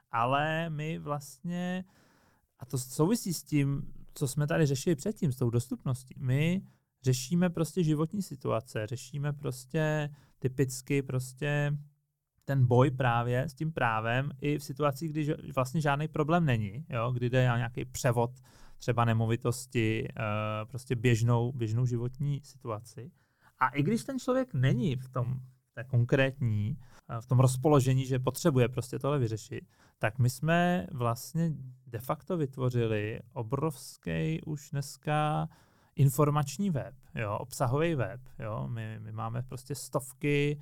ale my vlastně, a to souvisí s tím, co jsme tady řešili předtím, s tou dostupností, my řešíme prostě životní situace, řešíme prostě typicky prostě ten boj právě s tím právem i v situacích, kdy vlastně žádný problém není, jo, kdy jde o nějaký převod třeba nemovitosti, prostě běžnou, běžnou životní situaci. A i když ten člověk není v tom té konkrétní, v tom rozpoložení, že potřebuje prostě tohle vyřešit, tak my jsme vlastně de facto vytvořili obrovský už dneska informační web, jo, obsahový web. Jo. My, my máme prostě stovky,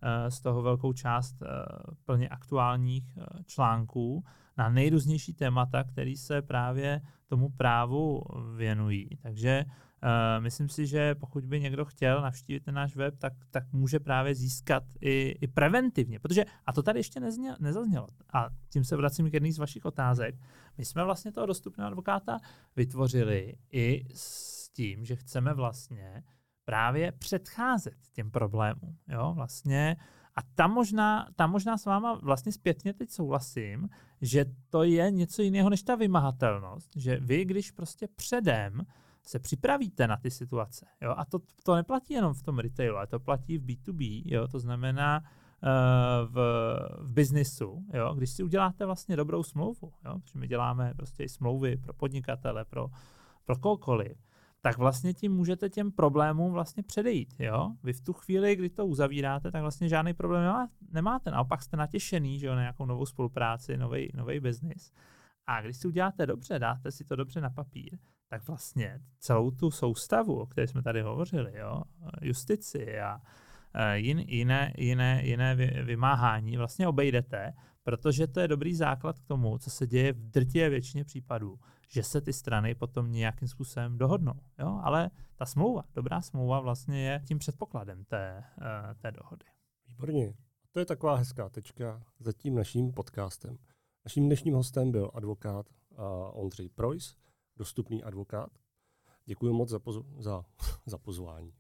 z toho velkou část plně aktuálních článků na nejrůznější témata, které se právě tomu právu věnují. Takže uh, myslím si, že pokud by někdo chtěl navštívit ten náš web, tak, tak může právě získat i, i preventivně. Protože, a to tady ještě nezně, nezaznělo, a tím se vracím k jedné z vašich otázek, my jsme vlastně toho Dostupného advokáta vytvořili i s tím, že chceme vlastně právě předcházet těm problémům. Jo, vlastně. A tam možná, tam možná s váma vlastně zpětně teď souhlasím, že to je něco jiného než ta vymahatelnost, že vy, když prostě předem se připravíte na ty situace, jo, a to, to neplatí jenom v tom retailu, ale to platí v bé dvě bé, jo, to znamená uh, v, v biznisu, jo, když si uděláte vlastně dobrou smlouvu, jo, protože my děláme prostě i smlouvy pro podnikatele, pro, pro kohokoliv, tak vlastně tím můžete těm problémům vlastně předejít. Jo? Vy v tu chvíli, kdy to uzavíráte, tak vlastně žádný problém nemá, nemáte. Naopak jste natěšený, že jo, na nějakou novou spolupráci, nový biznis. A když si uděláte dobře, dáte si to dobře na papír, tak vlastně celou tu soustavu, o které jsme tady hovořili, jo, justici a jin, jiné, jiné, jiné vymáhání vlastně obejdete, protože to je dobrý základ k tomu, co se děje v drtivé většině případů, že se ty strany potom nějakým způsobem dohodnou. Jo? Ale ta smlouva, dobrá smlouva vlastně je tím předpokladem té, té dohody. Výborně. To je taková hezká tečka za tím naším podcastem. Naším dnešním hostem byl advokát uh, Ondřej Preuss, Dostupný advokát. Děkuji moc za, poz- za, za pozvání.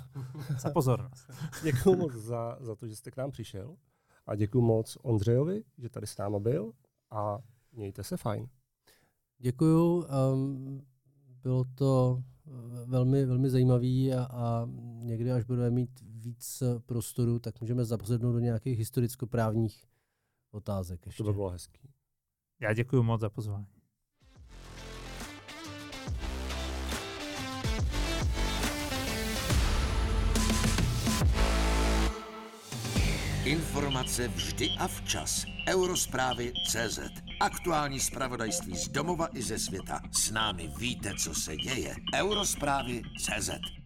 Za pozornost. Děkuji moc za, za to, že jste k nám přišel. A děkuji moc Ondřejovi, že tady s náma byl a mějte se fajn. Děkuju. Um, bylo to velmi, velmi zajímavý a, a někdy, až budeme mít víc prostoru, tak můžeme zapřednout do nějakých historicko-právních otázek ještě. To by bylo hezký. Já děkuji moc za pozvání. Informace vždy a včas. Eurozprávy tečka cé zet. Aktuální zpravodajství z domova i ze světa. S námi víte, co se děje. Eurozprávy tečka cé zet.